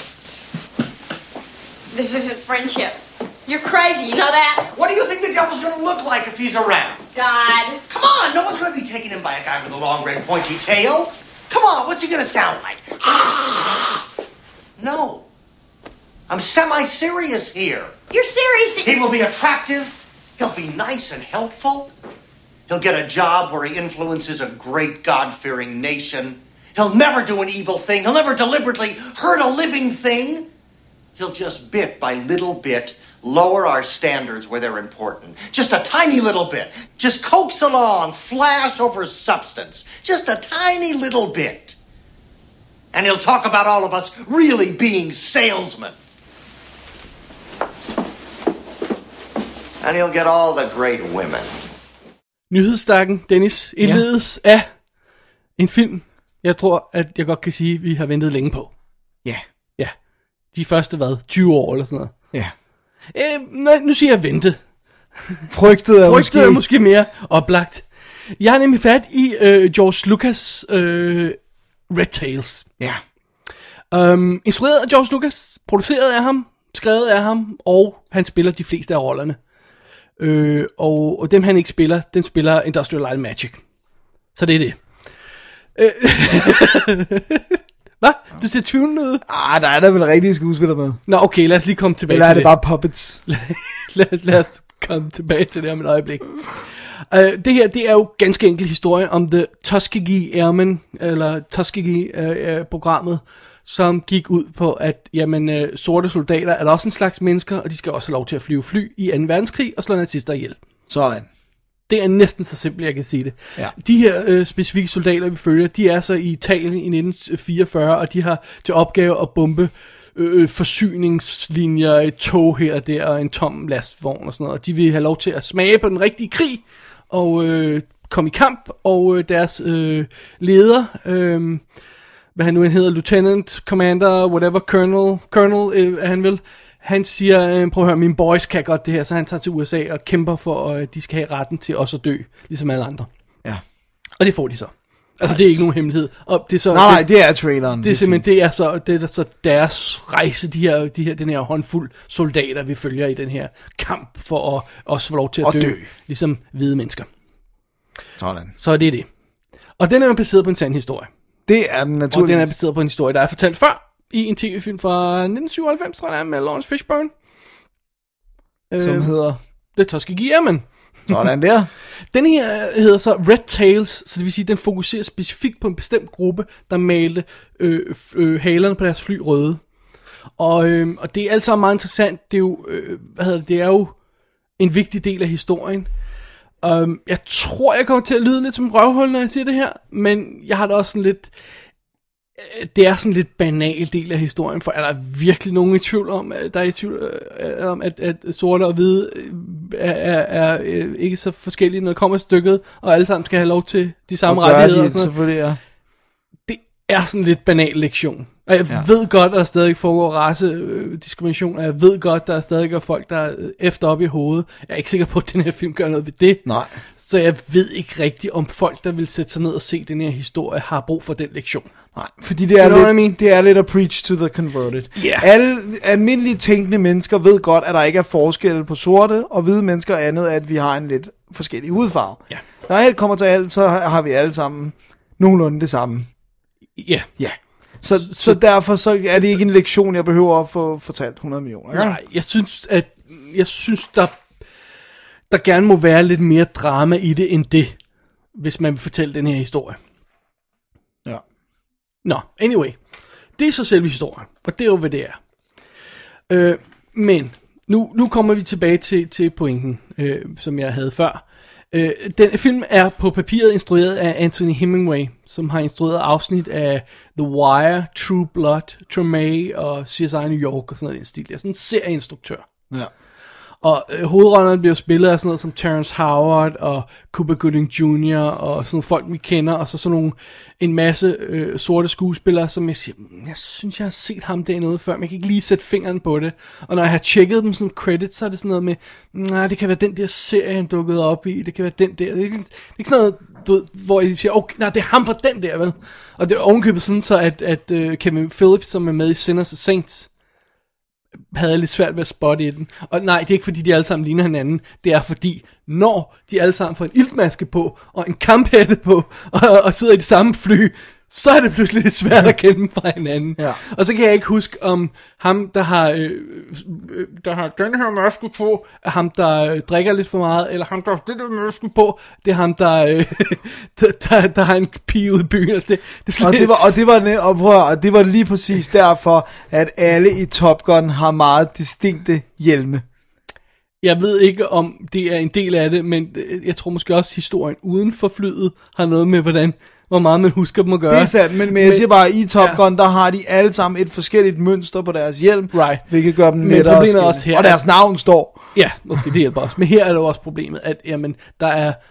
This isn't friendship. You're crazy, you know that? What do you think the devil's gonna look like if he's around? God. Come on, no one's gonna be taken in by a guy with a long red pointy tail. Come on, what's he gonna sound like? No. I'm semi-serious here. You're serious? He will be attractive. He'll be nice and helpful. He'll get a job where he influences a great God-fearing nation. He'll never do an evil thing. He'll never deliberately hurt a living thing. He'll just bit by little bit lower our standards where they're important. Just a tiny little bit. Just coax along, flash over substance. Just a tiny little bit. And he'll talk about all of us really being salesmen. And he'll get all the great women. Nyhedsstakken, Dennis, indledes ja. af en film, jeg tror, at jeg godt kan sige, at vi har ventet længe på. Ja. Ja. De første, hvad, tyve år eller sådan noget. Ja. Øh, nu, nu siger jeg vente. Frygtet er, Frygtet måske... er måske mere oplagt. Jeg har nemlig fat i øh, George Lucas øh, Red Tails. Ja. Um, instrueret af George Lucas, produceret af ham, skrevet af ham, og han spiller de fleste af rollerne. Øh, og, og dem han ikke spiller, den spiller Industrial Light and Magic. Så det er det. Øh, Hvad? Du ser tvivlende ud? Ah, der er der vel rigtige skuespillere med. Nå, okay, lad os lige komme tilbage Eller til det. Eller er det bare puppets? lad, lad os komme tilbage til det om et øjeblik. Uh, det her, det er jo ganske enkelt historie om The Tuskegee Airmen, eller Tuskegee-programmet, uh, som gik ud på, at jamen, uh, sorte soldater er der også en slags mennesker, og de skal også have lov til at flyve fly i anden verdenskrig og slå nazister ihjel. Sådan. Det er næsten så simpelt, jeg kan sige det. Ja. De her uh, specifikke soldater, vi følger, de er så i Italien i nitten fireogfyrre, og de har til opgave at bombe øh, forsyningslinjer, et tog her og der, og en tom lastvogn og sådan noget. Og de vil have lov til at smage på den rigtige krig, og øh, komme i kamp, og øh, deres øh, leder, øh, hvad han nu hedder, lieutenant, commander, whatever, colonel, colonel øh, er han vel, han siger, øh, prøv at høre, mine boys kan godt det her, så han tager til U S A og kæmper for, at øh, de skal have retten til også at dø, ligesom alle andre. Ja. Og det får de så. Altså, det er ikke nogen hemmelighed. Og det er så, nej, nej, det er traileren. Det, det er simpelthen, det er så, det er så deres rejse, de her, de her, den her håndfuld soldater, vi følger i den her kamp for at også få lov til at dø, dø. Ligesom hvide mennesker. Sådan. Så det er det. Og den er jo baseret på en sand historie. Det er den naturligvis. Og den er baseret på en historie, der er fortalt før i en tv-film fra nitten syvoghalvfems, tror jeg, med Lawrence Fishburne. Som øh, hedder? The Tuskegee Airmen. Sådan der. Den her hedder så Red Tails, så det vil sige, at den fokuserer specifikt på en bestemt gruppe, der malte øh, øh, halerne på deres fly røde. Og, øh, og det er alt sammen meget interessant. Det er jo, øh, hvad hedder det, det er jo en vigtig del af historien. Um, jeg tror, jeg kommer til at lyde lidt som røvhul, når jeg siger det her, men jeg har da også sådan lidt... Det er sådan en lidt banal del af historien, for er der virkelig nogen i tvivl om, der er i tvivl øh, om, at, at sorte og hvide er, er, er øh, ikke så forskellige, når det kommer stykket, og alle sammen skal have lov til de samme og rettigheder. De, og sådan selvfølgelig, ja. Det er sådan en lidt banal lektion. Og jeg ja. ved godt, at der stadig foregår racediskrimination, og jeg ved godt, at der stadig er folk, der er efter op i hovedet. Jeg er ikke sikker på, at den her film gør noget ved det. Nej. Så jeg ved ikke rigtigt, om folk, der vil sætte sig ned og se den her historie, har brug for den lektion. Nej, fordi det er, you know lidt, I mean? det er lidt at preach to the converted. Yeah. Alle almindelige tænkende mennesker ved godt, at der ikke er forskel på sorte og hvide mennesker, andet at vi har en lidt forskellig hudfarve. Yeah. Når alt kommer til alt, så har vi alle sammen nogenlunde det samme. Ja. Yeah. Ja. Så, så, så derfor så er det ikke en lektion, jeg behøver at få fortalt hundrede millioner. Ja? Nej, jeg synes, at jeg synes, der, der gerne må være lidt mere drama i det, end det, hvis man vil fortælle den her historie. Ja. Nå, anyway. Det er så selve historien, og det er jo, hvad det er. Øh, men, nu, nu kommer vi tilbage til, til pointen, øh, som jeg havde før. Øh, den film er på papiret instrueret af Anthony Hemingway, som har instrueret afsnit af The Wire, True Blood, Treme og C S I New York og sådan noget i den stil. Det er sådan en serieinstruktør. Ja. Og øh, hovedrollerne bliver spillet af sådan noget som Terrence Howard og Cuba Gooding junior og sådan nogle folk, vi kender, og så sådan nogle, en masse øh, sorte skuespillere, som jeg siger, jeg synes, jeg har set ham der noget før, men jeg kan ikke lige sætte fingeren på det. Og når jeg har tjekket dem som credits, så er det sådan noget med, nej, det kan være den der serie, han dukkede op i, det kan være den der. Det er ikke, det er ikke sådan noget, du ved, hvor jeg siger, okay, nej, det er ham fra den der, vel? Og det er ovenkøbet sådan så, at, at uh, Kevin Phillips, som er med i Sinners and Saints, havde lidt svært ved at spotte i den. Og nej, det er ikke fordi, de alle sammen ligner hinanden. Det er fordi, når de alle sammen får en iltmaske på, og en kamphætte på, og, og sidder i det samme fly, så er det pludselig lidt svært at kende dem fra hinanden. Ja. Og så kan jeg ikke huske, om ham, der har, øh, øh, der har den her maske på, er ham, der øh, drikker lidt for meget, eller ham, der har det der maske på, det er ham, der, øh, der, der, der har en pige ude i byen. Det, det er slet... og, det var, og, det var, og, prøv, og det var lige præcis derfor, at alle i Top Gun har meget distinkte hjelme. Jeg ved ikke, om det er en del af det, men jeg tror måske også, at historien uden for flyet har noget med, hvordan, hvor meget man husker dem at gøre. Det er sandt, men, men jeg siger bare, at i Top Gun, ja. Der har de alle sammen et forskelligt mønster på deres hjelm, right. hvilket gør dem men lettere at også her, og deres navn står. Ja, måske det hjælper også. Men her er der også problemet, at jamen, der er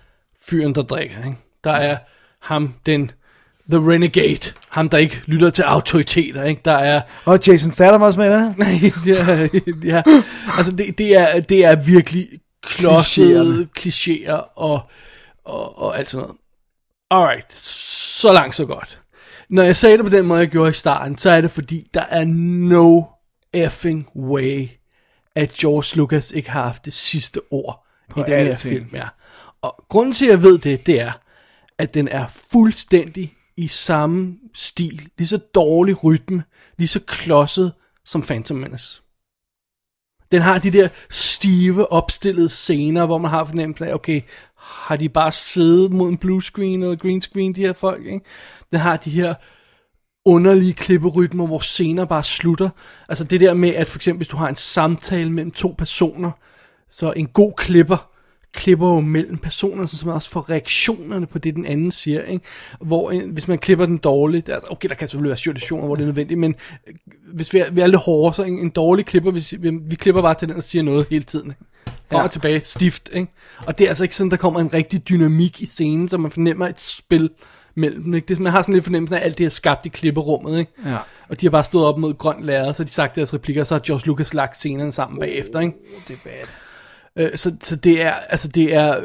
fyren, der drikker, ikke? Der er ham, den The Renegade, ham der ikke lytter til autoriteter, ikke? Der er... Og Jason Statham også med det? Nej, ja, ja. Altså det, det, er, det er virkelig klodsede klichéer og, og, og alt sådan noget. Alright, så langt så godt. Når jeg sagde det på den måde, jeg gjorde i starten, så er det fordi, der er no effing way, at George Lucas ikke har haft det sidste ord på i den her ting. Film. Ja. Og grunden til, at jeg ved det, det er, at den er fuldstændig i samme stil, lige så dårlig rytme, lige så klodset som Phantom Menace. Den har de der stive, opstillede scener, hvor man har fornemmelsen af, okay, har de bare siddet mod en blue screen eller green screen, de her folk, ikke? Den har de her underlige klipperytmer, hvor scener bare slutter. Altså det der med, at for eksempel, hvis du har en samtale mellem to personer, så en god klipper, klipper jo mellem personerne, så man også får reaktionerne på det, den anden siger, ikke? Hvor hvis man klipper den dårligt, altså okay, der kan selvfølgelig være situationer, hvor det er nødvendigt, men hvis vi er, vi er lidt hårde, så en, en dårlig klipper, hvis vi, vi klipper bare til den, der siger noget hele tiden, ikke? Og ja. tilbage stift, ikke? Og det er altså ikke sådan, der kommer en rigtig dynamik i scenen, så man fornemmer et spil mellem dem, ikke? Det, man har sådan lidt fornemmelse af, at alt det er skabt i klipperummet, ikke? Ja. Og de har bare stået op mod grønt lærred, så de sagt deres replikker, så har George Lucas lagt scenerne sammen bagefter, ikke? Det er bad. Så, så det er, altså det er,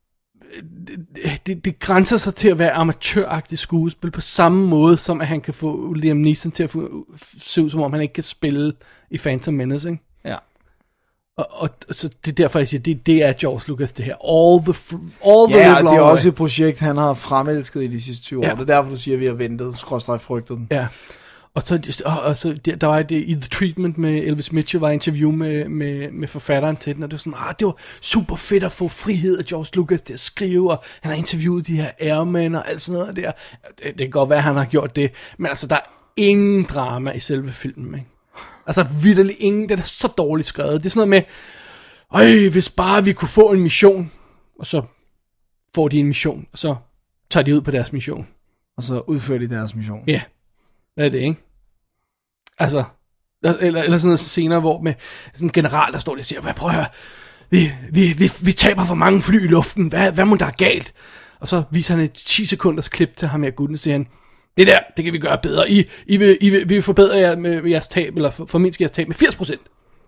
det, det grænser sig til at være amatøragtigt skuespil, på samme måde som at han kan få Liam Neeson til at få, se ud som om han ikke kan spille i Phantom Menace, ikke? Ja. Og, og så det er derfor jeg siger, det, det er George Lucas det her. All the, all the ja, det er også et projekt, han har fremelsket i de sidste tyve år. Ja. Det er derfor, du siger, at vi har ventet, skråstreg frygtet den. Ja. Og så, og, og så der var det i The Treatment med Elvis Mitchell, var interview med, med, med forfatteren til den, og det var sådan, ah, det var super fedt at få frihed af George Lucas til at skrive, og han har interviewet de her airmen og alt sådan noget der. Det, det kan godt være, at han har gjort det, men altså, der er ingen drama i selve filmen, ikke? Altså, vitterligt ingen, det er så dårligt skrevet. Det er sådan noget med, øj, hvis bare vi kunne få en mission, og så får de en mission, og så tager de ud på deres mission. Og så udfører de deres mission. Ja. Hvad er det, ikke? Altså, eller, eller sådan noget scener, hvor med sådan en general, der står der og siger, prøv at høre, vi, vi, vi, vi taber for mange fly i luften, hvad, hvad må der er galt? Og så viser han et ti sekunders klip til ham her gutten, og siger han, det der, det kan vi gøre bedre, I, I, vil, I vil, vi vil forbedre jer med, med jeres tab, eller formindske jeres tab med firs procent.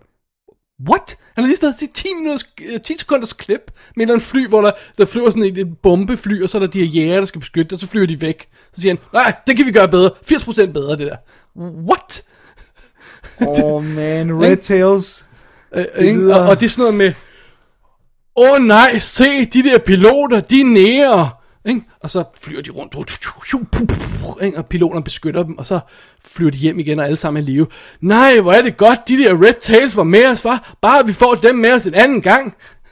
What? Han har lige stået til ti, minutters, ti sekunders klip med en eller anden fly, hvor der, der flyver sådan et, et bombefly, og så er der de her jæger, der skal beskytte, og så flyver de væk. Så siger han, nej, det kan vi gøre bedre, firs procent bedre, det der. What? Åh oh man, Red Tails. Øh, det og, og det er sådan noget med, åh oh, nej, se, de der piloter, de er nære. Ikke? Og så flyver de rundt, og piloterne beskytter dem, og så flyver de hjem igen, og alle sammen er i live. Nej, hvor er det godt, de der Red Tails var med os, far. Bare vi får dem med os en anden gang.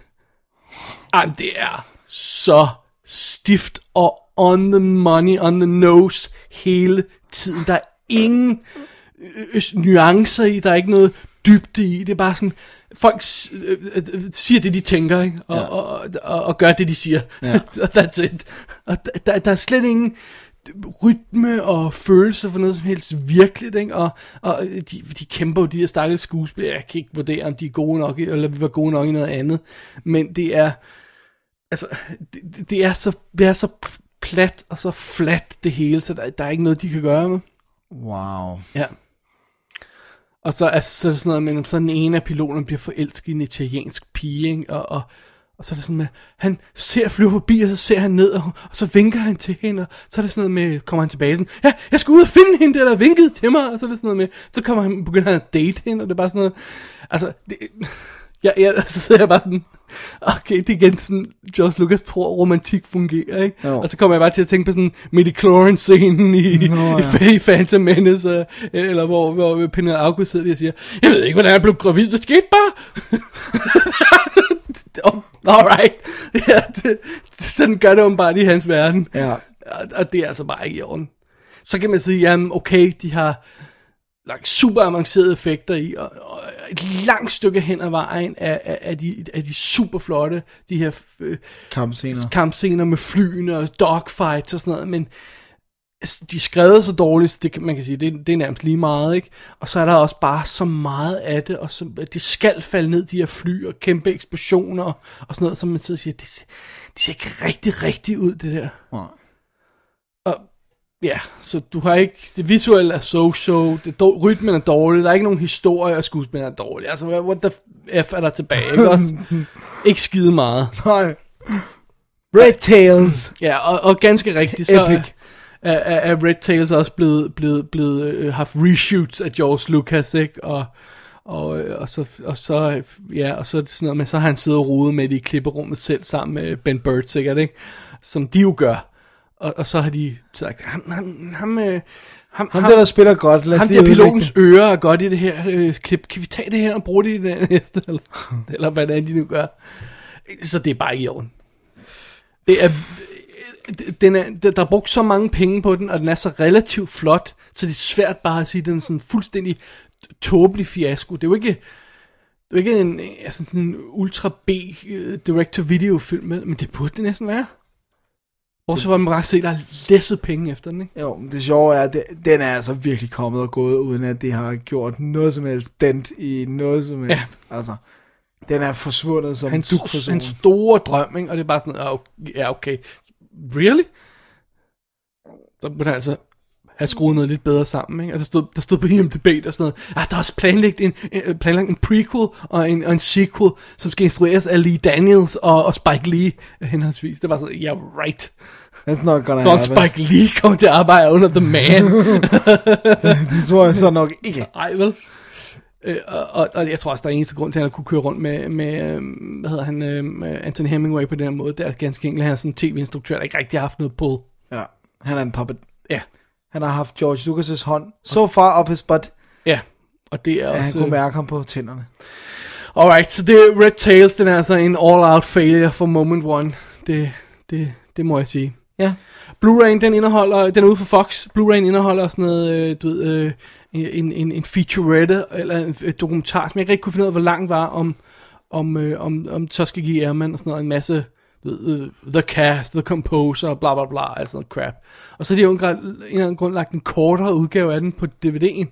Ej, det er så stift og on the money, on the nose hele tiden. Der er ingen øh, nuancer i, der er ikke noget dybde i, det er bare sådan, folk øh, øh, siger det, de tænker, ikke? Og, ja. og, og, og, og gør det, de siger. Ja. That's it. Og der, der er slet ingen rytme og følelse for noget som helst virkeligt, ikke? Og, og de, de kæmper jo, de her stakkels skuespillere. Jeg kan ikke vurdere, om de er gode nok, eller vi var gode nok i noget andet. Men det er, altså, det, det er så, det er så plat og så flat det hele, så der, der er ikke noget, de kan gøre med. Wow. Ja. Og så er så sådan noget med, så den ene af piloterne bliver forelsket i en italiensk pige, ikke? Og, og, og så er det sådan med, han ser flyve forbi, og så ser han ned, og, og så vinker han til hende, og så er det sådan noget med, kommer han tilbage sådan, ja, jeg skal ud og finde hende, der, der vinkede til mig, og så er det sådan noget med, så kommer han, begynder han at date hende, og det er bare sådan noget, altså, det, ja, ja, så sidder jeg bare sådan, okay, det er igen sådan, George Lucas tror, romantik fungerer, ikke? Jo. Og så kommer jeg bare til at tænke på sådan Midi-chlorian-scenen i, Nå, ja. i Phantom Menace, eller hvor, hvor Penelope August sidder og siger, jeg ved ikke, hvordan jeg blev gravid, det skete bare. oh, alright. Ja, det, sådan gør det jo bare i hans verden. Ja. Og, og det er altså bare ikke i orden. Så kan man sige, jamen okay, de har lagt super avancerede effekter i, og, og et langt stykke hen ad vejen af, af, af, de, af de super flotte, de her øh, kampscener. kampscener med flyene og dogfights og sådan noget, men de er skrevet så dårligt, så det, man kan sige, det, det er nærmest lige meget, ikke? Og så er der også bare så meget af det, og så, det skal falde ned, de her fly, og kæmpe eksplosioner, og, og sådan noget, som man sidder og siger, det ser, det ser ikke rigtig, rigtig ud, det der. Nej. Og ja, så du har ikke, det visuelle er so-so, det, do, rytmen er dårlig, der er ikke nogen historie, og skuespilleren er dårlig. Altså, what the f er der tilbage, ikke også? Ikke skide meget. Nej. Red Tails. Ja, og, og ganske rigtigt, så er, er, er Red Tails også blevet, blevet, blevet øh, haft reshoots af George Lucas, ikke? Og, og, og, så, og så, ja, og så er det sådan noget, men så har han siddet og rodet med det i klipperummet selv, sammen med Ben Burtt, sikkert, ikke? Som de jo gør. Og, og så har de sagt, ham, ham, ham, øh, ham, ham der, der spiller godt. Lad ham der pilotens øre er godt i det her øh, klip. Kan vi tage det her og bruge det i det næste? Eller, eller hvad det er, de nu gør. Så det er bare ikke i orden. Det er, den er, der er brugt så mange penge på den, og den er så relativt flot, så det er svært bare at sige, at den er sådan fuldstændig tåbelig fiasko. Det er jo ikke, det er ikke en, altså en ultra B uh, direct-to-video film, men det burde det næsten være. Og så var man bare se, der er læsset penge efter den, ikke? Jo, det sjove er, at det, den er altså virkelig kommet og gået, uden at det har gjort noget som helst dent i noget som helst. Ja. Altså, den er forsvundet som hans, dugperson. Hans store drøm, ikke? Og det er bare sådan, ja, okay. Really? Så burde han altså have skruet noget lidt bedre sammen, ikke? Altså, der stod, der stod på I M D B og sådan noget. Ah, der er også planlagt en, planlagt en prequel og en, og en sequel, som skal instrueres af Lee Daniels og, og Spike Lee henholdsvis. Det var sådan, yeah, right. That's not gonna så happen. Spike Lee kommer til at arbejde under The Man. Det tror jeg så nok ikke. Nej, vel? Øh, og, og, og jeg tror også, der er eneste grund til, at han kunne køre rundt med, med øh, hvad hedder han, øh, Anthony Hemingway på den her måde. Det er ganske enkelt, at han er sådan en tv-instruktør, der ikke rigtig har haft noget på. Ja, han er en puppet. Ja. Han har haft George Lucas' hånd så far up his butt. Ja, og det er ja, også... han kunne mærke ham på tænderne. Alright, så det er Red Tails, den er altså en all-out failure for Moment One. Det, det, det må jeg sige. Ja. Blu-ray'en, den indeholder, den er ude for Fox. Blu-ray'en indeholder sådan noget, øh, du ved, øh, en, en, en featurette, eller en, en dokumentar, som jeg ikke rigtig kunne finde ud af, hvor lang var, om, om, øh, om, om Tuskegee Airmen og sådan noget, en masse, du ved, uh, The Cast, The Composer, bla bla bla, alt sådan noget crap. Og så har de jo en, en eller anden grund lagt en kortere udgave af den på D V D'en.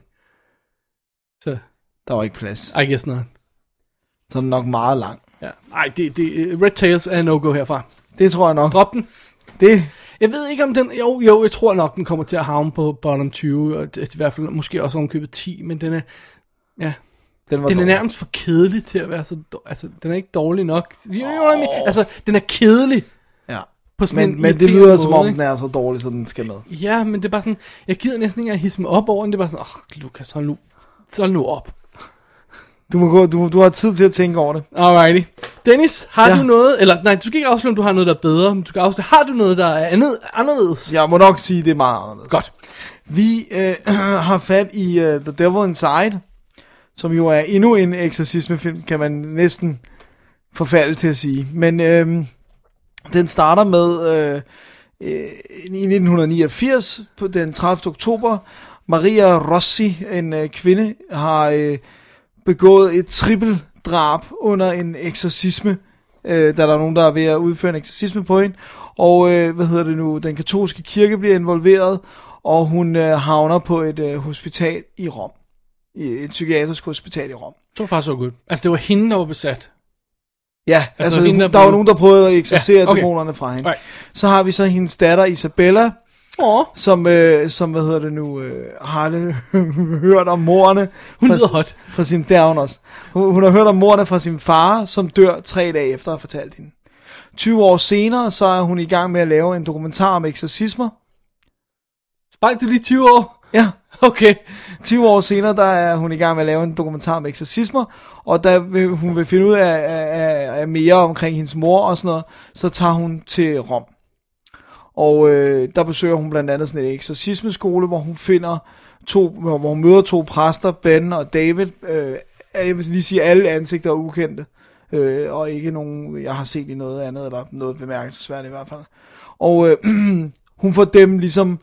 Så. Der var ikke plads. I guess not. Så er den nok meget lang. Ja. Ej, det, det, Red Tails er no-go herfra. Det tror jeg nok. Drop den. Det... Jeg ved ikke om den, jo, jo, jeg tror nok, den kommer til at havne på bottom tyve, og i hvert fald måske også omkøbet ti, men den er, ja, den, den er nærmest for kedelig til at være så, altså, den er ikke dårlig nok. You know what I mean? Altså, den er kedelig. Ja. På sådan men, en men det lyder måde, som om, ikke? den er så dårlig, så den skal med. Ja, men det er bare sådan, jeg gider næsten ikke at hisse mig op over den, det er bare sådan, åh, oh, Lukas, hold nu, hold nu op. Du må gå, du, du har tid til at tænke over det. Alrighty. Dennis, har ja. du noget, eller nej, du skal ikke afsløre, om du har noget, der er bedre, men du skal afsløre, har du noget, der er andet, anderledes? Jeg må nok sige, det er meget anderledes. Godt. Vi øh, har fat i uh, The Devil Inside, som jo er endnu en eksorcismefilm, kan man næsten forfalde til at sige. Men øh, den starter med øh, øh, i nitten niogfirs, på den tredivte oktober. Maria Rossi, en øh, kvinde, har... Øh, begået et trippeldrab under en eksorcisme, øh, da der er nogen, der er ved at udføre en eksorcisme på hende, og øh, hvad hedder det nu, den katolske kirke bliver involveret, og hun øh, havner på et øh, hospital i Rom, i et psykiatrisk hospital i Rom. Det var faktisk så godt. Altså det var hende, der var besat. Ja, altså, altså hende, der, der blev... var nogen, der prøvede at eksorcere ja, okay. dæmonerne fra hende. Right. Så har vi så hendes datter Isabella, oh. som, øh, som, hvad hedder det nu, øh, har det, hørt om morerne. Hun lyder hot. Fra sin, der hun også. Hun, hun har hørt om morerne fra sin far, som dør tre dage efter at have fortalt hende. tyve år senere, så er hun i gang med at lave en dokumentar om eksorcismer. Spejl du lige tyve år? Ja. Okay. tyve år senere, der er hun i gang med at lave en dokumentar om eksorcismer, og da vil, hun vil finde ud af, af, af mere omkring hendes mor og sådan noget, så tager hun til Rom. Og øh, der besøger hun blandt andet sådan en eksorcismeskole, hvor hun finder to, hvor hun møder to præster, Ben og David. Øh, jeg vil lige sige, alle ansigter er ukendte, øh, og ikke nogen, jeg har set i noget andet, eller noget bemærkelsesværdigt i hvert fald. Og øh, hun får dem ligesom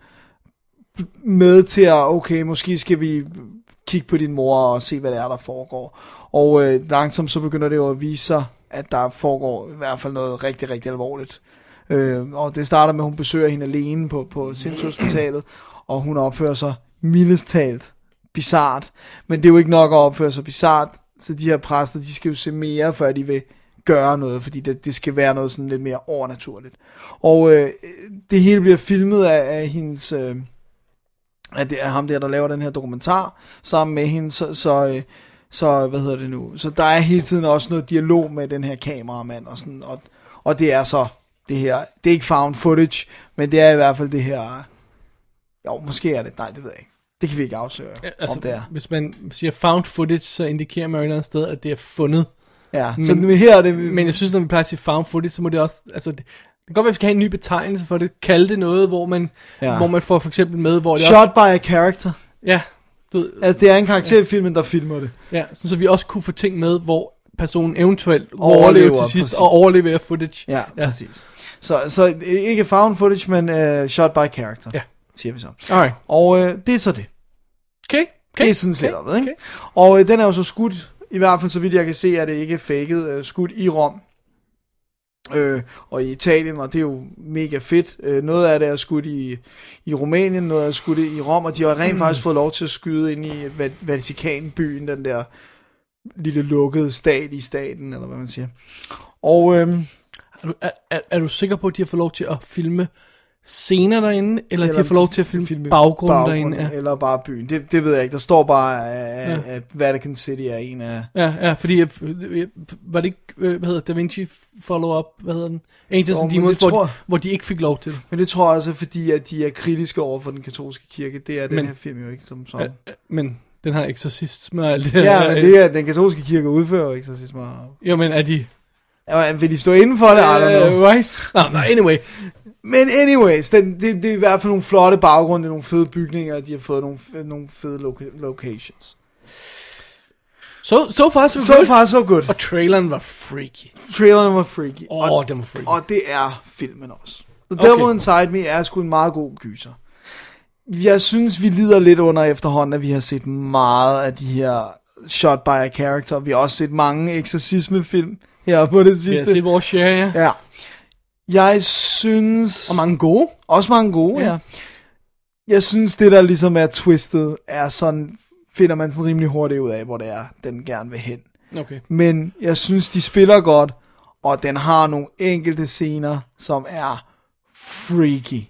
med til at, okay, måske skal vi kigge på din mor og se, hvad det er, der foregår. Og øh, langsomt så begynder det jo at vise sig, at der foregår i hvert fald noget rigtig, rigtig alvorligt. Øh, og det starter med, at hun besøger hende alene på, på sindshospitalet, og hun opfører sig mildest talt bizart. Men det er jo ikke nok at opføre sig bizart, så de her præster, de skal jo se mere, før de vil gøre noget, fordi det, det skal være noget sådan lidt mere overnaturligt. Og øh, det hele bliver filmet af, af hendes... Øh, af det er ham der, der laver den her dokumentar sammen med hende, så... så øh, Så, hvad hedder det nu? Så der er hele tiden også noget dialog med den her kameramand og sådan, og, og det er så det her, det er ikke found footage, men det er i hvert fald det her, jo, måske er det, nej, det ved jeg ikke. Det kan vi ikke afsløre, ja, altså, om det er. Hvis man siger found footage, så indikerer man jo et eller andet sted, at det er fundet. Ja, men, så her er det... Men jeg synes, når vi plejer at sige found footage, så må det også, altså, det, det kan godt være, at vi skal have en ny betegnelse for det, kalde det noget, hvor man, ja. hvor man får for eksempel med, hvor det Shot også, by a character. Ja. Du, altså det er en karakter ja. i filmen, der filmer det. Ja, så, så vi også kunne få ting med, hvor personen eventuelt overlever til sidst, præcis. Og overlever footage. Ja, ja, præcis. Så, så ikke found footage, men uh, shot by character, ja. siger vi så. Alright. Og uh, det er så det. Okay. okay. Det er sådan set okay. op, ikke? Okay. Og uh, den er jo så skudt, i hvert fald så vidt jeg kan se, er det ikke faked, uh, skudt i Rom. Øh, og i Italien, og det er jo mega fedt. Øh, noget af det er skudt i, i Rumænien, noget er skudt i Rom, og de har rent faktisk fået lov til at skyde ind i Vatikanbyen, den der lille lukkede stat i staten, eller hvad man siger. Og øh, er, du, er, er, er du sikker på, at de har fået lov til at filme scener derinde, eller, eller de har fået lov til at filme, filme baggrunden baggrund, derinde? Ja. Eller bare byen. Det, det ved jeg ikke. Der står bare, at, ja. at Vatican City er en af... Ja, ja, fordi var det ikke, hvad hedder Da Vinci follow-up, hvad hedder den? Angels and Demons, hvor, tror, de, hvor de ikke fik lov til det. Men det tror jeg også, fordi at de er kritiske over for den katolske kirke. Det er den men, her film jo ikke som sådan. Ja, men den har eksorcisme og alt det. Ja, men det er, den katolske kirke udfører jo eksorcisme. Jo, men er de... Ja, vil de stå inden for det? I don't know. Right? No, no, anyway... Men anyways, det, det, det er i hvert fald nogle flotte baggrunde, nogle fede bygninger, og de har fået nogle, nogle fede loca- locations. So, so far so, so good. far so good. Og traileren var freaky. Traileren var freaky. Åh, oh, den var freaky. Og det er filmen også. The Devil okay. Inside Me er sgu en meget god gyser. Jeg synes, vi lider lidt under efterhånden, at vi har set meget af de her shot by a character. Vi har også set mange eksorcismefilm her på det sidste. Vi har set vores share, ja. Ja. Jeg synes... Og mange gode. Også mange gode, ja. ja. Jeg synes, det der ligesom er twistet, er sådan... Finder man sådan rimelig hurtigt ud af, hvor det er, den gerne vil hen. Okay. Men jeg synes, de spiller godt, og den har nogle enkelte scener, som er freaky.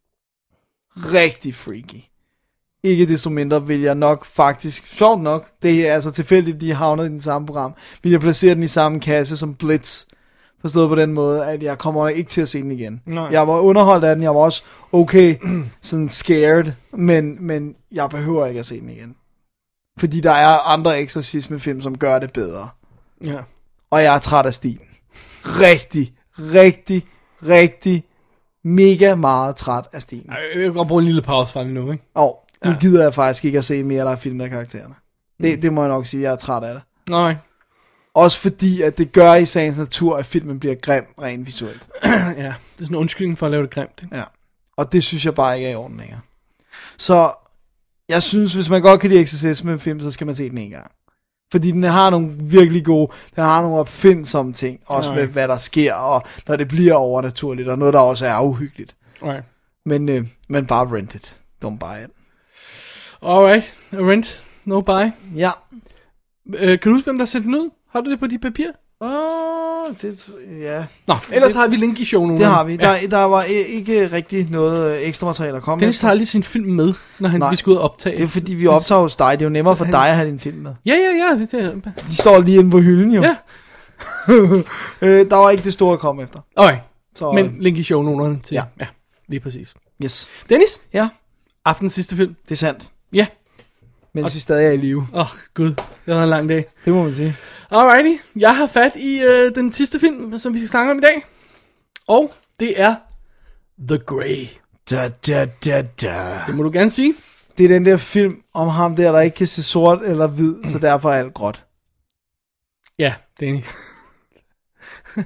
Rigtig freaky. Ikke desto mindre vil jeg nok faktisk... Sjovt nok, det er altså tilfældigt, de havnet i den samme program. Vil jeg placere den i samme kasse som Blitz. Forstået på den måde, at jeg kommer ikke til at se den igen. Nej. Jeg var underholdt af den, jeg var også okay, sådan scared, men, men jeg behøver ikke at se den igen. Fordi der er andre eksorcismefilm, som gør det bedre. Ja. Og jeg er træt af stilen. Rigtig, rigtig, rigtig, mega meget træt af stilen. Jeg vil godt bruge en lille pause fra det nu, ikke? Og nu ja. gider jeg faktisk ikke at se mere, der er film af karaktererne. Mm. Det, det må jeg nok sige, jeg er træt af det. Nej. Også fordi, at det gør i sagens natur, at filmen bliver grim rent visuelt. Ja, det er sådan en undskyldning for at lave det grimt. Ja, og det synes jeg bare ikke er i orden længere. Så jeg synes, hvis man godt kan lide eksorcisme-film, så skal man se den en gang. Fordi den har nogle virkelig gode, den har nogle opfindsomme ting, også Nej. med hvad der sker, og når det bliver overnaturligt, og noget der også er uhyggeligt. Nej. Men, øh, men bare rent it. Don't buy it. Alright, rent, no buy. Ja. Øh, kan du huske, hvem der sendte den ud? Har du det på dit papir? Åh, oh, det, ja. Nå, ellers det, har vi link i show nu. Det har vi. Der, ja. der var ikke rigtig noget ekstra materiale at komme med. Dennis tager lige sin film med, når han vi skal ud og optage. Det er fordi, vi optager hos dig. Det er jo nemmere for han... dig at have din film med. Ja, ja, ja. Det, det... De står lige inde på hylden, jo. Ja. øh, der var ikke det store at komme efter. Okay, så, men link i shownoterne til. Ja. ja, lige præcis. Yes. Dennis? Ja? Aftens sidste film. Det er sandt. Ja. Mens og... vi stadig er i live. Åh, oh, gud. Det var en lang dag. Det må man sige. Alrighty. Jeg har fat i øh, den sidste film, som vi skal snakke om i dag. Og det er The Grey. Da, da, da, da. Det må du gerne sige. Det er den der film om ham der, der ikke kan se sort eller hvid, så derfor er alt gråt. Ja, Dennis. uh,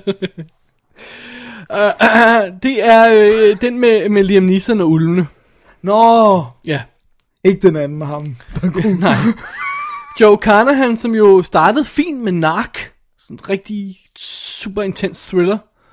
uh, det er øh, den med, med Liam Neeson og ulvene. Nå. Ja. Ikke den anden med ham. Nej. Joe Carnahan, som jo startede fint med Narc. Sådan en rigtig super intens thriller.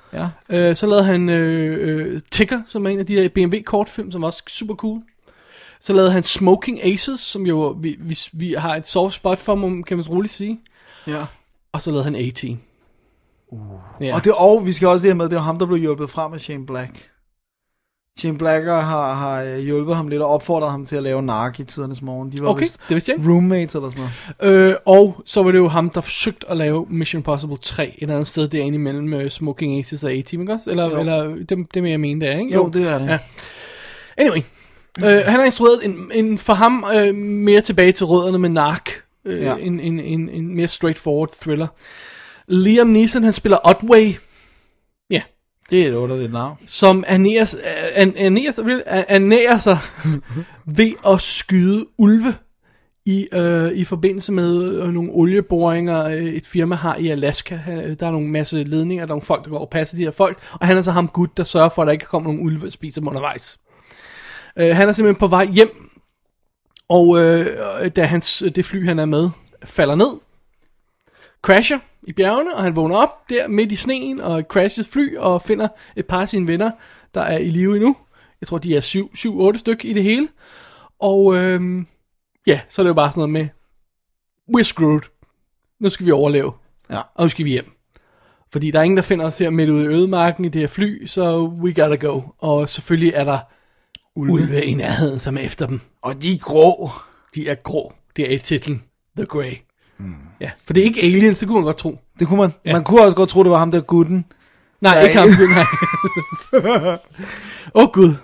Ja. Øh, så lavede han øh, øh, Ticker, som er en af de der B M W-kortfilm, som var også super cool. Så lavede han Smoking Aces, som jo vi, vi, vi har et soft spot for, kan man roligt sige. Ja. Og så lavede han A-Team. Uh. Ja. Og, det, og vi skal også det her med, det var ham, der blev hjulpet frem af Shane Black. Shane Blacker har, har hjulpet ham lidt og opfordret ham til at lave Narc i tidernes morgen. De var okay, vist det vidste jeg. roommates eller sådan noget. Øh, og så var det jo ham, der forsøgte at lave Mission Impossible tre et andet sted derinde imellem uh, Smoking Aces og A-Team, ikke også? Eller, eller det, det vil jeg mene, det er, ikke? Jo, det er det. Ja. Anyway, øh, han har instrueret en, en for ham øh, mere tilbage til rødderne med Narc. Øh, ja. en, en, en, en mere straightforward thriller. Liam Neeson, han spiller Otway. Ja. Det er et underligt navn. Som ernærer, ernærer, ernærer sig ved at skyde ulve i, øh, i forbindelse med øh, nogle olieboringer, øh, et firma har i Alaska. Der er nogle masse ledninger, der er nogle folk, der går og passer de her folk. Og han er så ham gut, der sørger for, at der ikke kommer nogen ulve og spiser dem undervejs. Øh, han er simpelthen på vej hjem, og øh, da hans, det fly, han er med, falder ned, crasher i bjergene, og han vågner op der midt i sneen, og crashes fly, og finder et par af sine venner, der er i live endnu. Jeg tror, de er syv, syv, otte stykker i det hele. Og øhm, ja, så er det jo bare sådan noget med, we're screwed. Nu skal vi overleve. Ja. Og nu skal vi hjem. Fordi der er ingen, der finder os her midt ude i ødemarken i det her fly, så we gotta go. Og selvfølgelig er der ulve, ulve i nærheden, som er efter dem. Og de er grå. De er grå. Det er i titlen The Grey. Mm. Ja, for det er ikke aliens, det kunne man godt tro. Det kunne man. Ja. Man kunne også godt tro, det var ham der gutten. Nej, der ikke ham. Nej. Åh oh, gud.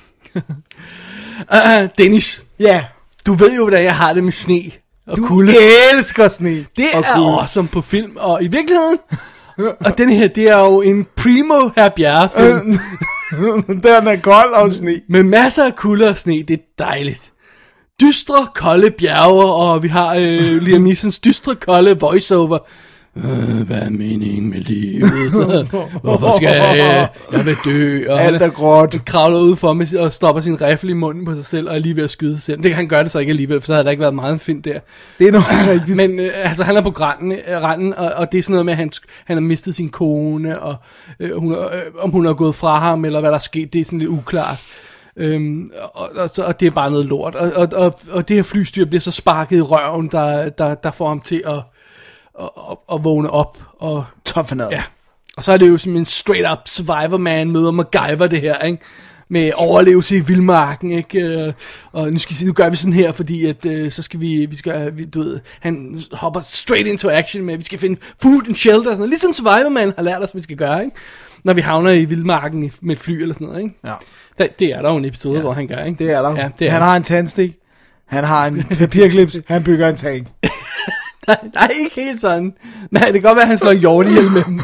uh, Dennis. Ja. Yeah. Du ved jo, hvordan jeg har det med sne og du kulde. Du elsker sne. Det og er kulde. awesome på film, og i virkeligheden. Og den her, det er jo en primo Herr Bjerre-film. Den er kold og sne. Med masser af kulde og sne, det er dejligt. Dystre, kolde bjerge, og vi har øh, Liam Neesons dystre, kolde voiceover. Øh, hvad er meningen med livet? Hvorfor skal jeg? Jeg vil dø. Og alt er gråt. Han kravler ud for mig og stopper sin rifle i munden på sig selv, og er lige ved at skyde sig selv. Det kan han gøre det så ikke alligevel, for så havde der ikke været meget fint der. Det er nok rigtigt. Men øh, altså, han er på granden, øh, randen, og, og det er sådan noget med, at han, han har mistet sin kone, og øh, hun, øh, om hun er gået fra ham, eller hvad der er sket, det er sådan lidt uklart. Øhm, og, og, og det er bare noget lort. Og, og, og, og det her flystyr bliver så sparket i røven, der, der, der får ham til at Og, og vågne op og toughen up. Ja. Og så er det jo som en straight up survivor man møder MacGyver det her, ikke? Med overlevelse i vildmarken, ikke? Og nu skal vi sige, nu gør vi sådan her, fordi at øh, så skal vi, vi skal, vi, du ved, han hopper straight into action med, vi skal finde food and shelter og sådan noget, ligesom survivor man har lært os, vi skal gøre, ikke? Når vi havner i vildmarken med et fly eller sådan noget, ikke? Ja. Da, det er der jo en episode, ja. Hvor han gør, ikke? Det er der. Ja, det er han har en tandstik, han har en papirklips, han bygger en tank. Nej, nej, ikke helt sådan. Nej, det kan godt være, at han slår en hjort ihjel med dem.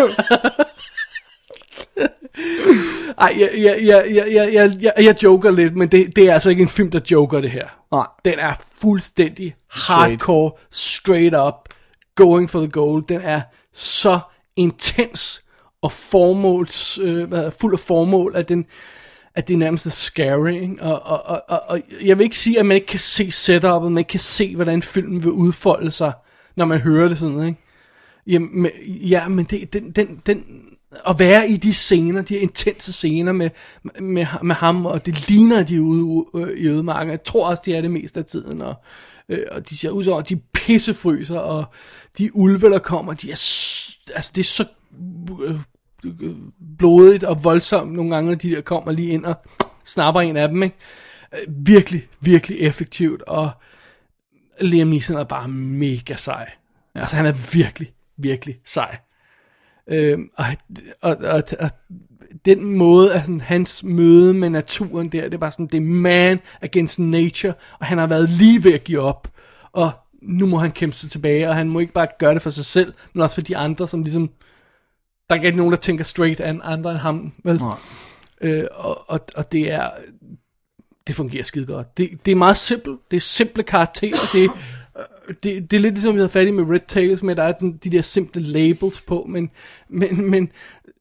Ej, jeg, jeg, jeg, jeg, jeg, jeg, jeg joker lidt, men det, det er altså ikke en film, der joker det her. Nej. Den er fuldstændig hardcore, straight up, going for the goal. Den er så intens og formåls, øh, fuld af formål, at den... at det er nærmest scary, ikke? Og, og, og, og, og jeg vil ikke sige, at man ikke kan se setup'et, man ikke kan se, hvordan filmen vil udfolde sig, når man hører det sådan, ikke? Jamen, ja, men det, den, den, den, at være i de scener, de intense scener med, med, med ham, og det ligner, de er ude i ødemarken. Jeg tror også, de er det meste af tiden, og, øh, og de ser ud som, at de pissefryser, og de ulve, der kommer, de er, altså det er så... Øh, blodigt og voldsomt nogle gange, de der kommer lige ind og snapper en af dem, ikke? Virkelig, virkelig effektivt, og Liam Neeson er bare mega sej. Ja. Altså han er virkelig, virkelig sej. Øhm, og, og, og, og den måde, altså hans møde med naturen der, det er bare sådan, det er man against nature, og han har været lige ved at give op, og nu må han kæmpe sig tilbage, og han må ikke bare gøre det for sig selv, men også for de andre, som ligesom der er ikke nogen, der tænker straight an andre end ham, vel? Øh, og, og, og det er, det fungerer skide godt. Det, det er meget simpelt. Det er simple karakterer. Det, det, det er lidt ligesom, vi havde fat i med Red Tails, med der er den, de der simple labels på, men, men, men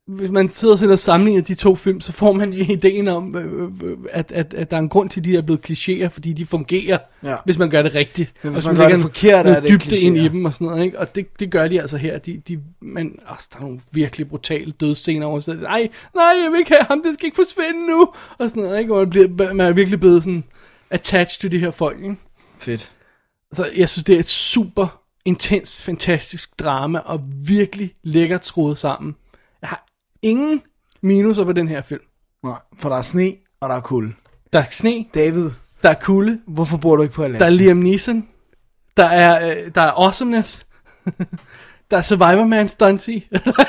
hvis man sidder og sammenligner de to film, så får man ideen om, øh, at, at, at der er en grund til, at de er blevet klichéer, fordi de fungerer, ja. hvis man gør det rigtigt. Men hvis og man gør det forkert, er det dybde ind i dem og sådan noget, ikke? Og det, det gør de altså her. De, de, man, altså, der er nogle virkelig brutale dødsscener over sådan, nej, nej, jeg vil ikke have ham, det skal ikke forsvinde nu, og sådan noget, ikke? Og bliver, man er virkelig blevet sådan attached til de her folk, ikke? Fedt. Så jeg synes, det er et super intens, fantastisk drama, og virkelig lækkert skruet sammen. Jeg har ingen minuser på den her film. Nej, for der er sne, og der er kulde. Der er sne. David. Der er kulde. Hvorfor bor du ikke på Alaska? Der er Liam Neeson. Der er, øh, der er awesomeness. Der er Survivor Man stunty.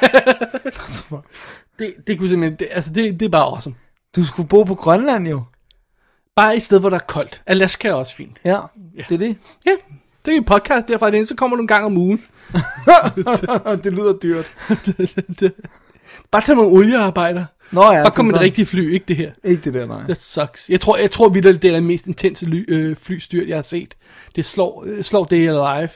det, det kunne simpelthen, det, altså det, det er bare awesome. Du skulle bo på Grønland jo. Bare i stedet, hvor der er koldt. Alaska er også fint. Ja, ja. Det er det. Ja, det er en podcast derfra, det så kommer du en gang om ugen. Det lyder dyrt. Bare tag nogle oliearbejder. Nå ja, bare kom med det rigtige fly, ikke det her. Ikke det der, nej. Det sucks. Jeg tror, jeg tror virkelig, det er den mest intense ly, øh, flystyrt, jeg har set. Det slår, øh, slår det alive.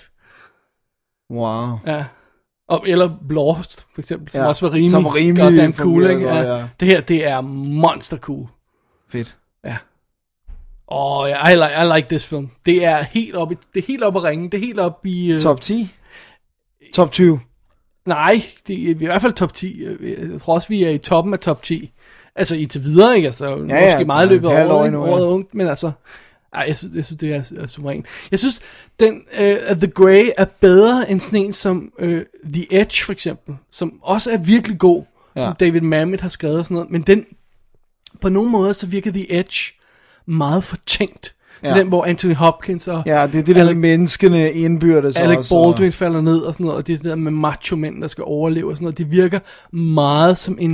Wow. Ja. Og, eller Lost, for eksempel, som ja, også var rimelig, som rimelig goddamn cool, ikke? Ja. Ja. Det her, det er monster cool. Fedt. Ja. Åh, oh, yeah, I, like, I like this film. Det er helt op i, det er helt op at ringe. Det er helt op i... Uh... Top ti? Top tyve? Nej, det er, vi er i hvert fald top ti. Jeg tror også, vi er i toppen af top ti. Altså indtil videre, ikke? Altså, ja, måske ja, meget løbet over år året, året ungt, men altså... Ej, jeg synes, jeg synes det er, er suverænt. Jeg synes, den uh, The Grey er bedre end sådan en som uh, The Edge, for eksempel. Som også er virkelig god, ja. Som David Mamet har skrevet og sådan noget. Men den, på nogle måder, så virker The Edge meget fortænkt. Ja. Den, hvor Anthony Hopkins og... Ja, det er det der Alec, med menneskene indbyrdes Alec også. Baldwin og... falder ned og sådan noget, og det er det der med macho-mænd, der skal overleve og sådan noget. Det virker meget som en,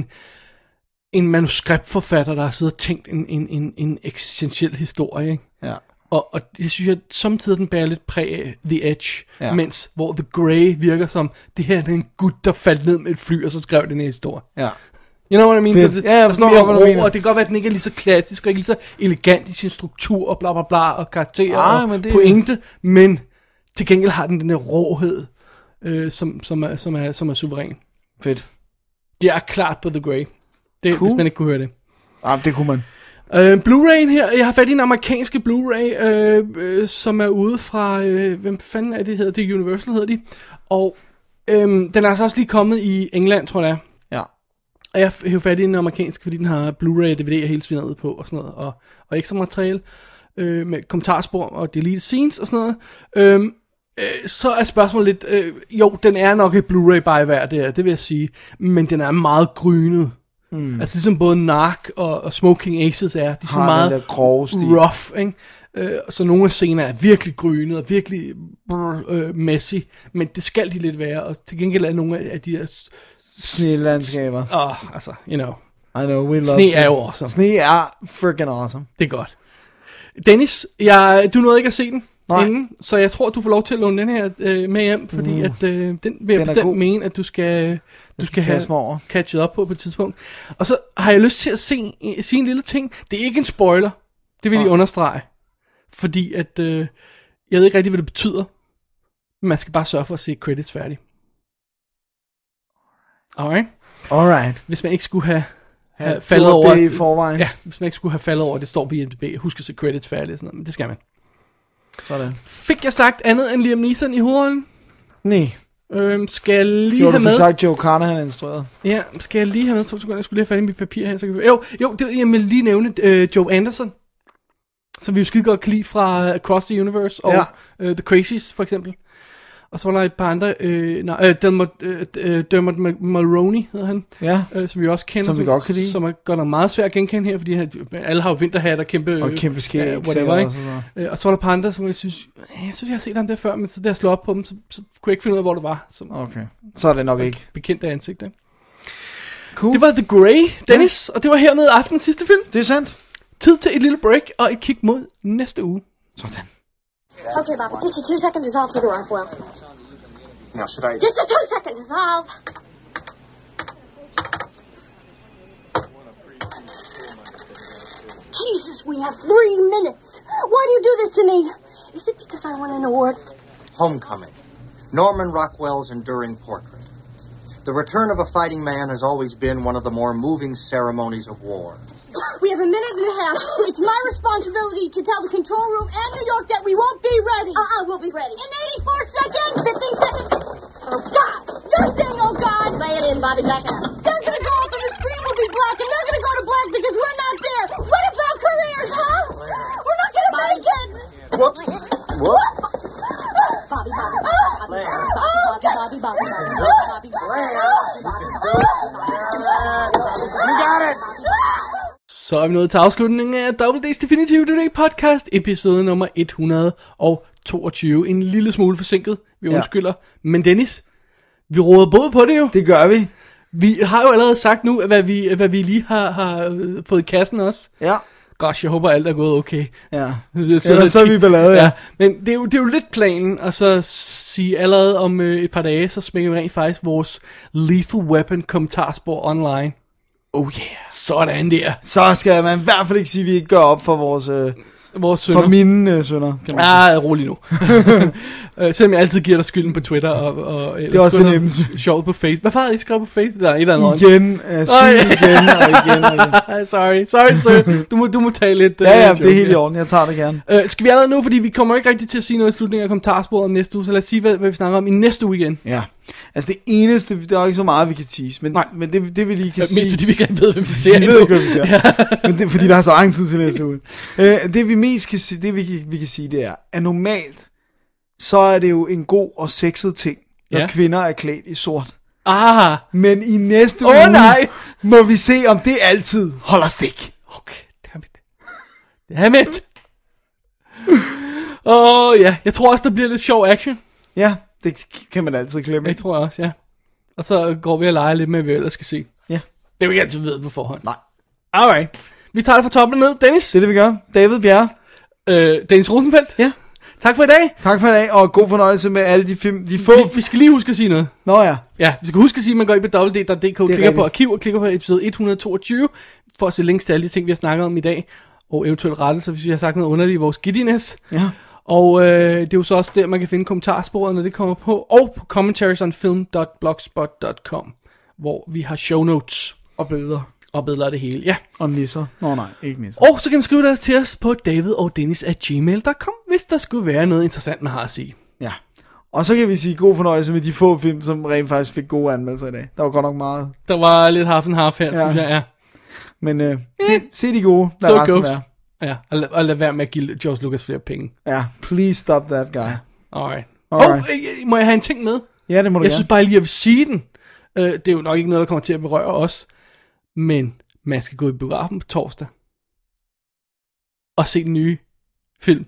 en manuskriptforfatter, der har siddet og tænkt en, en, en, en eksistentiel historie, ikke? Ja. Og, og det synes jeg, samtidig den bærer lidt præg af The Edge, ja. Mens hvor The Grey virker som, det her er en gut, der faldt ned med et fly, og så skrev den her historie. Ja. You know what I mean? Fedt. Det, ja, jeg forstår, hvad du mener. Og det kan godt være, at den ikke er lige så klassisk, og ikke lige så elegant i sin struktur, og bla bla bla, og karakterer ah, og men det... pointe, men til gengæld har den den der råhed, øh, som, som, er, som, er, som er suveræn. Fedt. Det er klart på The Grey. Det, cool. Hvis man ikke kunne høre det. Ah, det kunne man. Øh, Blu-ray'en her, jeg har fat i en amerikanske Blu-ray, øh, øh, som er ude fra, øh, hvem fanden er det hedder, det er Universal hedder de, og øh, den er altså også lige kommet i England, tror jeg. Ja. Og jeg har fat i en amerikansk, fordi den har Blu-ray og D V D og hele svinet på, og sådan noget, og, og ekstra materiale, øh, med kommentarspor og deleted scenes og sådan noget. Øh, øh, så er spørgsmålet lidt, øh, jo, den er nok et Blu-ray by værd, det, er, det vil jeg sige, men den er meget grynet. Mm. Altså ligesom både Narc og, og Smoking Aces er, de er så meget rough, ikke? Øh, så nogle af scenerne er virkelig grynet og virkelig brr, øh, messy, men det skal de lidt være, og til gengæld er nogle af de her snelandskaber. Åh, oh, altså, you know. I know, we love sne er jo awesome. Sne er freaking awesome. Det er godt. Dennis, jeg, du nåede ikke at se den Nej. inden, så jeg tror, du får lov til at låne den her øh, med hjem, fordi uh, at, øh, den vil jeg bestemt mene, at du skal... Du skal have catchet op på på et tidspunkt. Og så har jeg lyst til at se, sige en lille ting. Det er ikke en spoiler. Det vil jeg understrege. Fordi at, øh, jeg ved ikke rigtig, hvad det betyder. Men man skal bare sørge for at se credits færdig. Alright? Alright. Hvis man ikke skulle have, have ja, faldet over... det i forvejen. Ja, hvis man ikke skulle have faldet over, det står på I M D B. Husk at se credits færdig og sådan noget, men det skal man. Sådan. Fik jeg sagt andet end Liam Neeson i hovedrollen? Nej. Øhm, skal jeg lige jo, have med... Jo, du fik sagt, Joe Carnahan instrueret. Ja, skal jeg lige have med... To sekunder, jeg skulle lige have fat i mit papir her. Så kan vi... Jo, jo, det, jeg vil lige nævne uh, Joe Anderson, som vi jo skide godt kan lide fra Across the Universe, og ja. uh, The Crazies, for eksempel. Og så var der et par andre... Øh, nej, øh, Dermot, øh, Dermot Mulroney hedder han. Ja. Øh, som vi også kender. Som vi godt kan lide. Som er godt nok meget svært at genkende her, fordi han, alle har jo vinterhat og kæmpe... Og kæmpe skæg. Øh, whatever, ikke? Og, øh, og så var der et par andre, som jeg synes... Jeg synes, jeg har set ham der før, men så da jeg slog op på dem, så, så kunne jeg ikke finde ud af, hvor det var. Så, okay. Så er det nok ikke. Bekendte ansigt, ikke? Cool. Det var The Grey, Dennis, ja. Og det var hermed aftenens sidste film. Det er sandt. Tid til et lille break og et kig mod næste uge. Sådan. Okay, Bob, it takes you two seconds to solve to the Rockwell. Now, should I... Just a two second to solve. Jesus, we have three minutes. Why do you do this to me? Is it because I won an award? Homecoming. Norman Rockwell's enduring portrait. The return of a fighting man has always been one of the more moving ceremonies of war. We have a minute and a half. It's my responsibility to tell the control room and New York that we won't be ready. Uh-uh, we'll be ready. In eighty-four seconds, fifteen seconds. Oh, God. You're saying, oh, God. Lay it in, Bobby. Back it up. They're going to go up and the screen will be black, and they're going to go to black because we're not there. What about careers, huh? We're not going to make it. Whoops. Whoops. Bobby, Bobby, Bobby, Bobby, Bobby, Bobby, Bobby, Bobby, Bobby, You got it. Så er vi nået til afslutningen af Double D's Definitive Today podcast, episode nummer et hundrede toogtyve. En lille smule forsinket, vi undskylder. Ja. Men Dennis, vi råder både på det jo. Det gør vi. Vi har jo allerede sagt nu, hvad vi, hvad vi lige har, har fået i kassen også. Ja. Gosh, jeg håber alt er gået okay. Ja, så, ellers så er vi ballade, ja. ja. Men det er, jo, det er jo lidt planen, og så sige allerede om øh, et par dage, så smækker vi rent faktisk vores Lethal Weapon kommentarspor online. Oh yeah. Sådan der. Så skal man i hvert fald ikke sige, at vi ikke gør op for vores... Øh, vores sønner. For mine øh, sønner, kan man sige. Ah, rolig nu. uh, selvom jeg altid giver dig skylden på Twitter. Og, og, det er også det nemmeste. Sjovt på Facebook. Hvad fanden har I skrevet på Facebook? Der er et eller andet. Igen, uh, syg igen og igen og igen. sorry, sorry sir. Du må, du må tage lidt. Uh, ja, ja, det er helt i orden. Jeg tager det gerne. Uh, skal vi allerede nu, fordi vi kommer ikke rigtig til at sige noget i slutningen af kommentarsporet om næste uge, så lad os sige, hvad, hvad vi snakker om i næste uge igen. Ja. Altså det eneste, der er ikke så meget, vi kan tease, men, men det, det vi lige kan ja, sige... Men fordi vi ikke ved, hvad vi ser endnu. Vi ved ikke, hvad vi ser. Ja. Men det, fordi der er så lang tid til næste uge. Uh, det vi mest kan sige, det vi, vi kan sige, det er, at normalt, så er det jo en god og sexet ting, når ja. kvinder er klædt i sort. Ah. Men i næste oh, uge, nej. må vi se, om det altid holder stik. Okay, dammit. Dammit. Åh oh, ja, jeg tror også, der bliver lidt sjov action. Ja, det kan man altid glemme. Jeg tror også, ja. Og så går vi og leger lidt med, hvad vi ellers skal se. Ja. Det er jo ikke altid ved på forhånd. Nej. Alright. Vi tager det fra toppen ned. Dennis? Det er det, vi gør. David Bjerre. Øh, Dennis Rosenfeldt. Ja. Tak for i dag. Tak for i dag, og god fornøjelse med alle de film, de få... Vi, vi skal lige huske at sige noget. Nå ja. Ja, vi skal huske at sige, at man går ind på w w w punktum d k, klikker rigtigt. på arkiv og klikker på episode et hundrede toogtyve, for at se links til alle de ting, vi har snakket om i dag, og eventuelt rettelser, hvis vi har sagt noget underligt i vores giddiness. Ja. Og øh, det er jo så også der, man kan finde kommentarsporet, når det kommer på, og på commentariesonfilm punktum blogspot punktum com, hvor vi har show notes. Og billeder. Og billeder af det hele, ja. Og nisser. Nå nej, ikke nisser. Og så kan man skrive det til os på david og dennis at gmail punktum com, hvis der skulle være noget interessant, man har at sige. Ja. Og så kan vi sige god fornøjelse med de få film, som rent faktisk fik gode anmeldelser i dag. Der var godt nok meget. Der var lidt half and half her, ja. synes jeg, ja. Men øh, se, se de gode, der so resten er. Ja, og lad, og lad være med at give George Lucas flere penge. Ja, please stop that guy. Ja. Alright. Alright. Oh, må jeg have en ting med? Ja, det må du Jeg gerne. synes bare lige, at jeg vil sige den. Uh, det er jo nok ikke noget, der kommer til at berøre os. Men man skal gå i biografen på torsdag. Og se den nye film.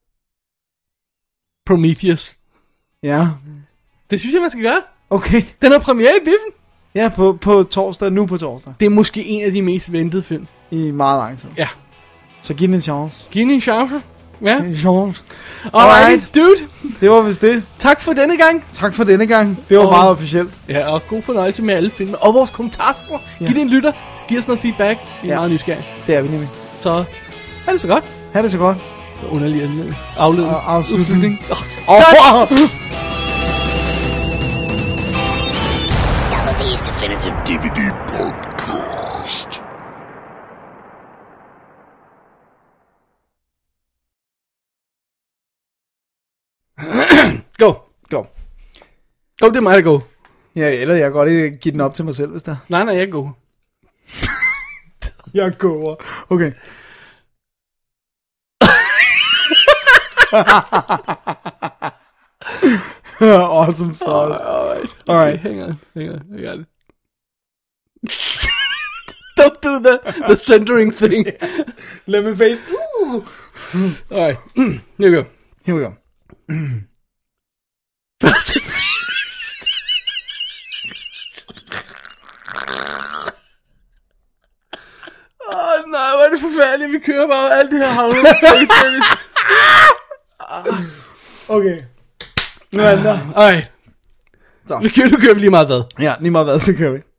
Prometheus. Ja. Det synes jeg, man skal gøre. Okay. Den har premiere i biffen. Ja, på, på torsdag, nu på torsdag. Det er måske en af de mest ventede film. I meget lang tid. Ja. Så giv den en chance. Giv den en chance. Ja. En chance. Alright, dude. Det var vist det. Tak for denne gang. Tak for denne gang. Det var og, meget officielt. Ja, og god fornøjelse med alle filmene. Og vores kommentarspor. Ja. Giv det en lytter. Giv os noget feedback. Vi er ja. meget nysgerrige. Det er vi nemlig. Så, ha' det så godt. Ha' det så godt. Så underlig afledning. Og afslutning. Oh, oh, oh. Double D's Definitive D V D Podcast. Go. Go. Oh, det er mig, der går. Ja, eller jeg kan godt ikke give den op til mig selv, hvis der. Nej, nej, jeg går. Jeg går. Okay. Awesome sauce. Oh, alright. Alright. Okay, hang on. Hang on. I got it. Don't do the, the centering thing. Lemon face. Ooh. Alright. Mm, here we go. Here we go. Først Åh oh, nej, hvor er det forfærdeligt. Vi kører bare alt det her havne. Okay. Nu er den der. Alright. Vi kører, nu kører vi lige meget hvad. Ja, lige meget hvad, så kører vi.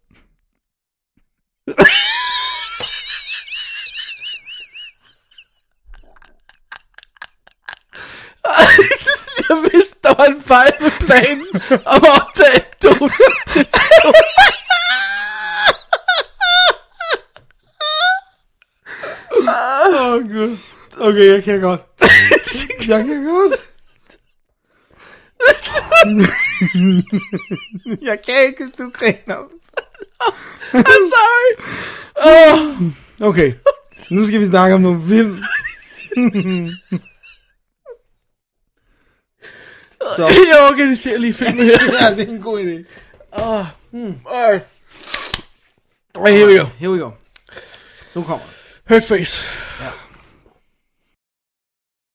Jeg vidste, der var en fejl med planen om at optage to. jeg kan godt. Jeg kan godt. Jeg kan ikke, hvis du griner. I'm sorry. Oh. Okay, nu skal vi snakke om nogle film. Så. Jeg organiserer lige filmen her. Ja, det er en god idé. Oh. Mm. Alright. Alright, here we go. Here we go. Nu kommer Hurt Face.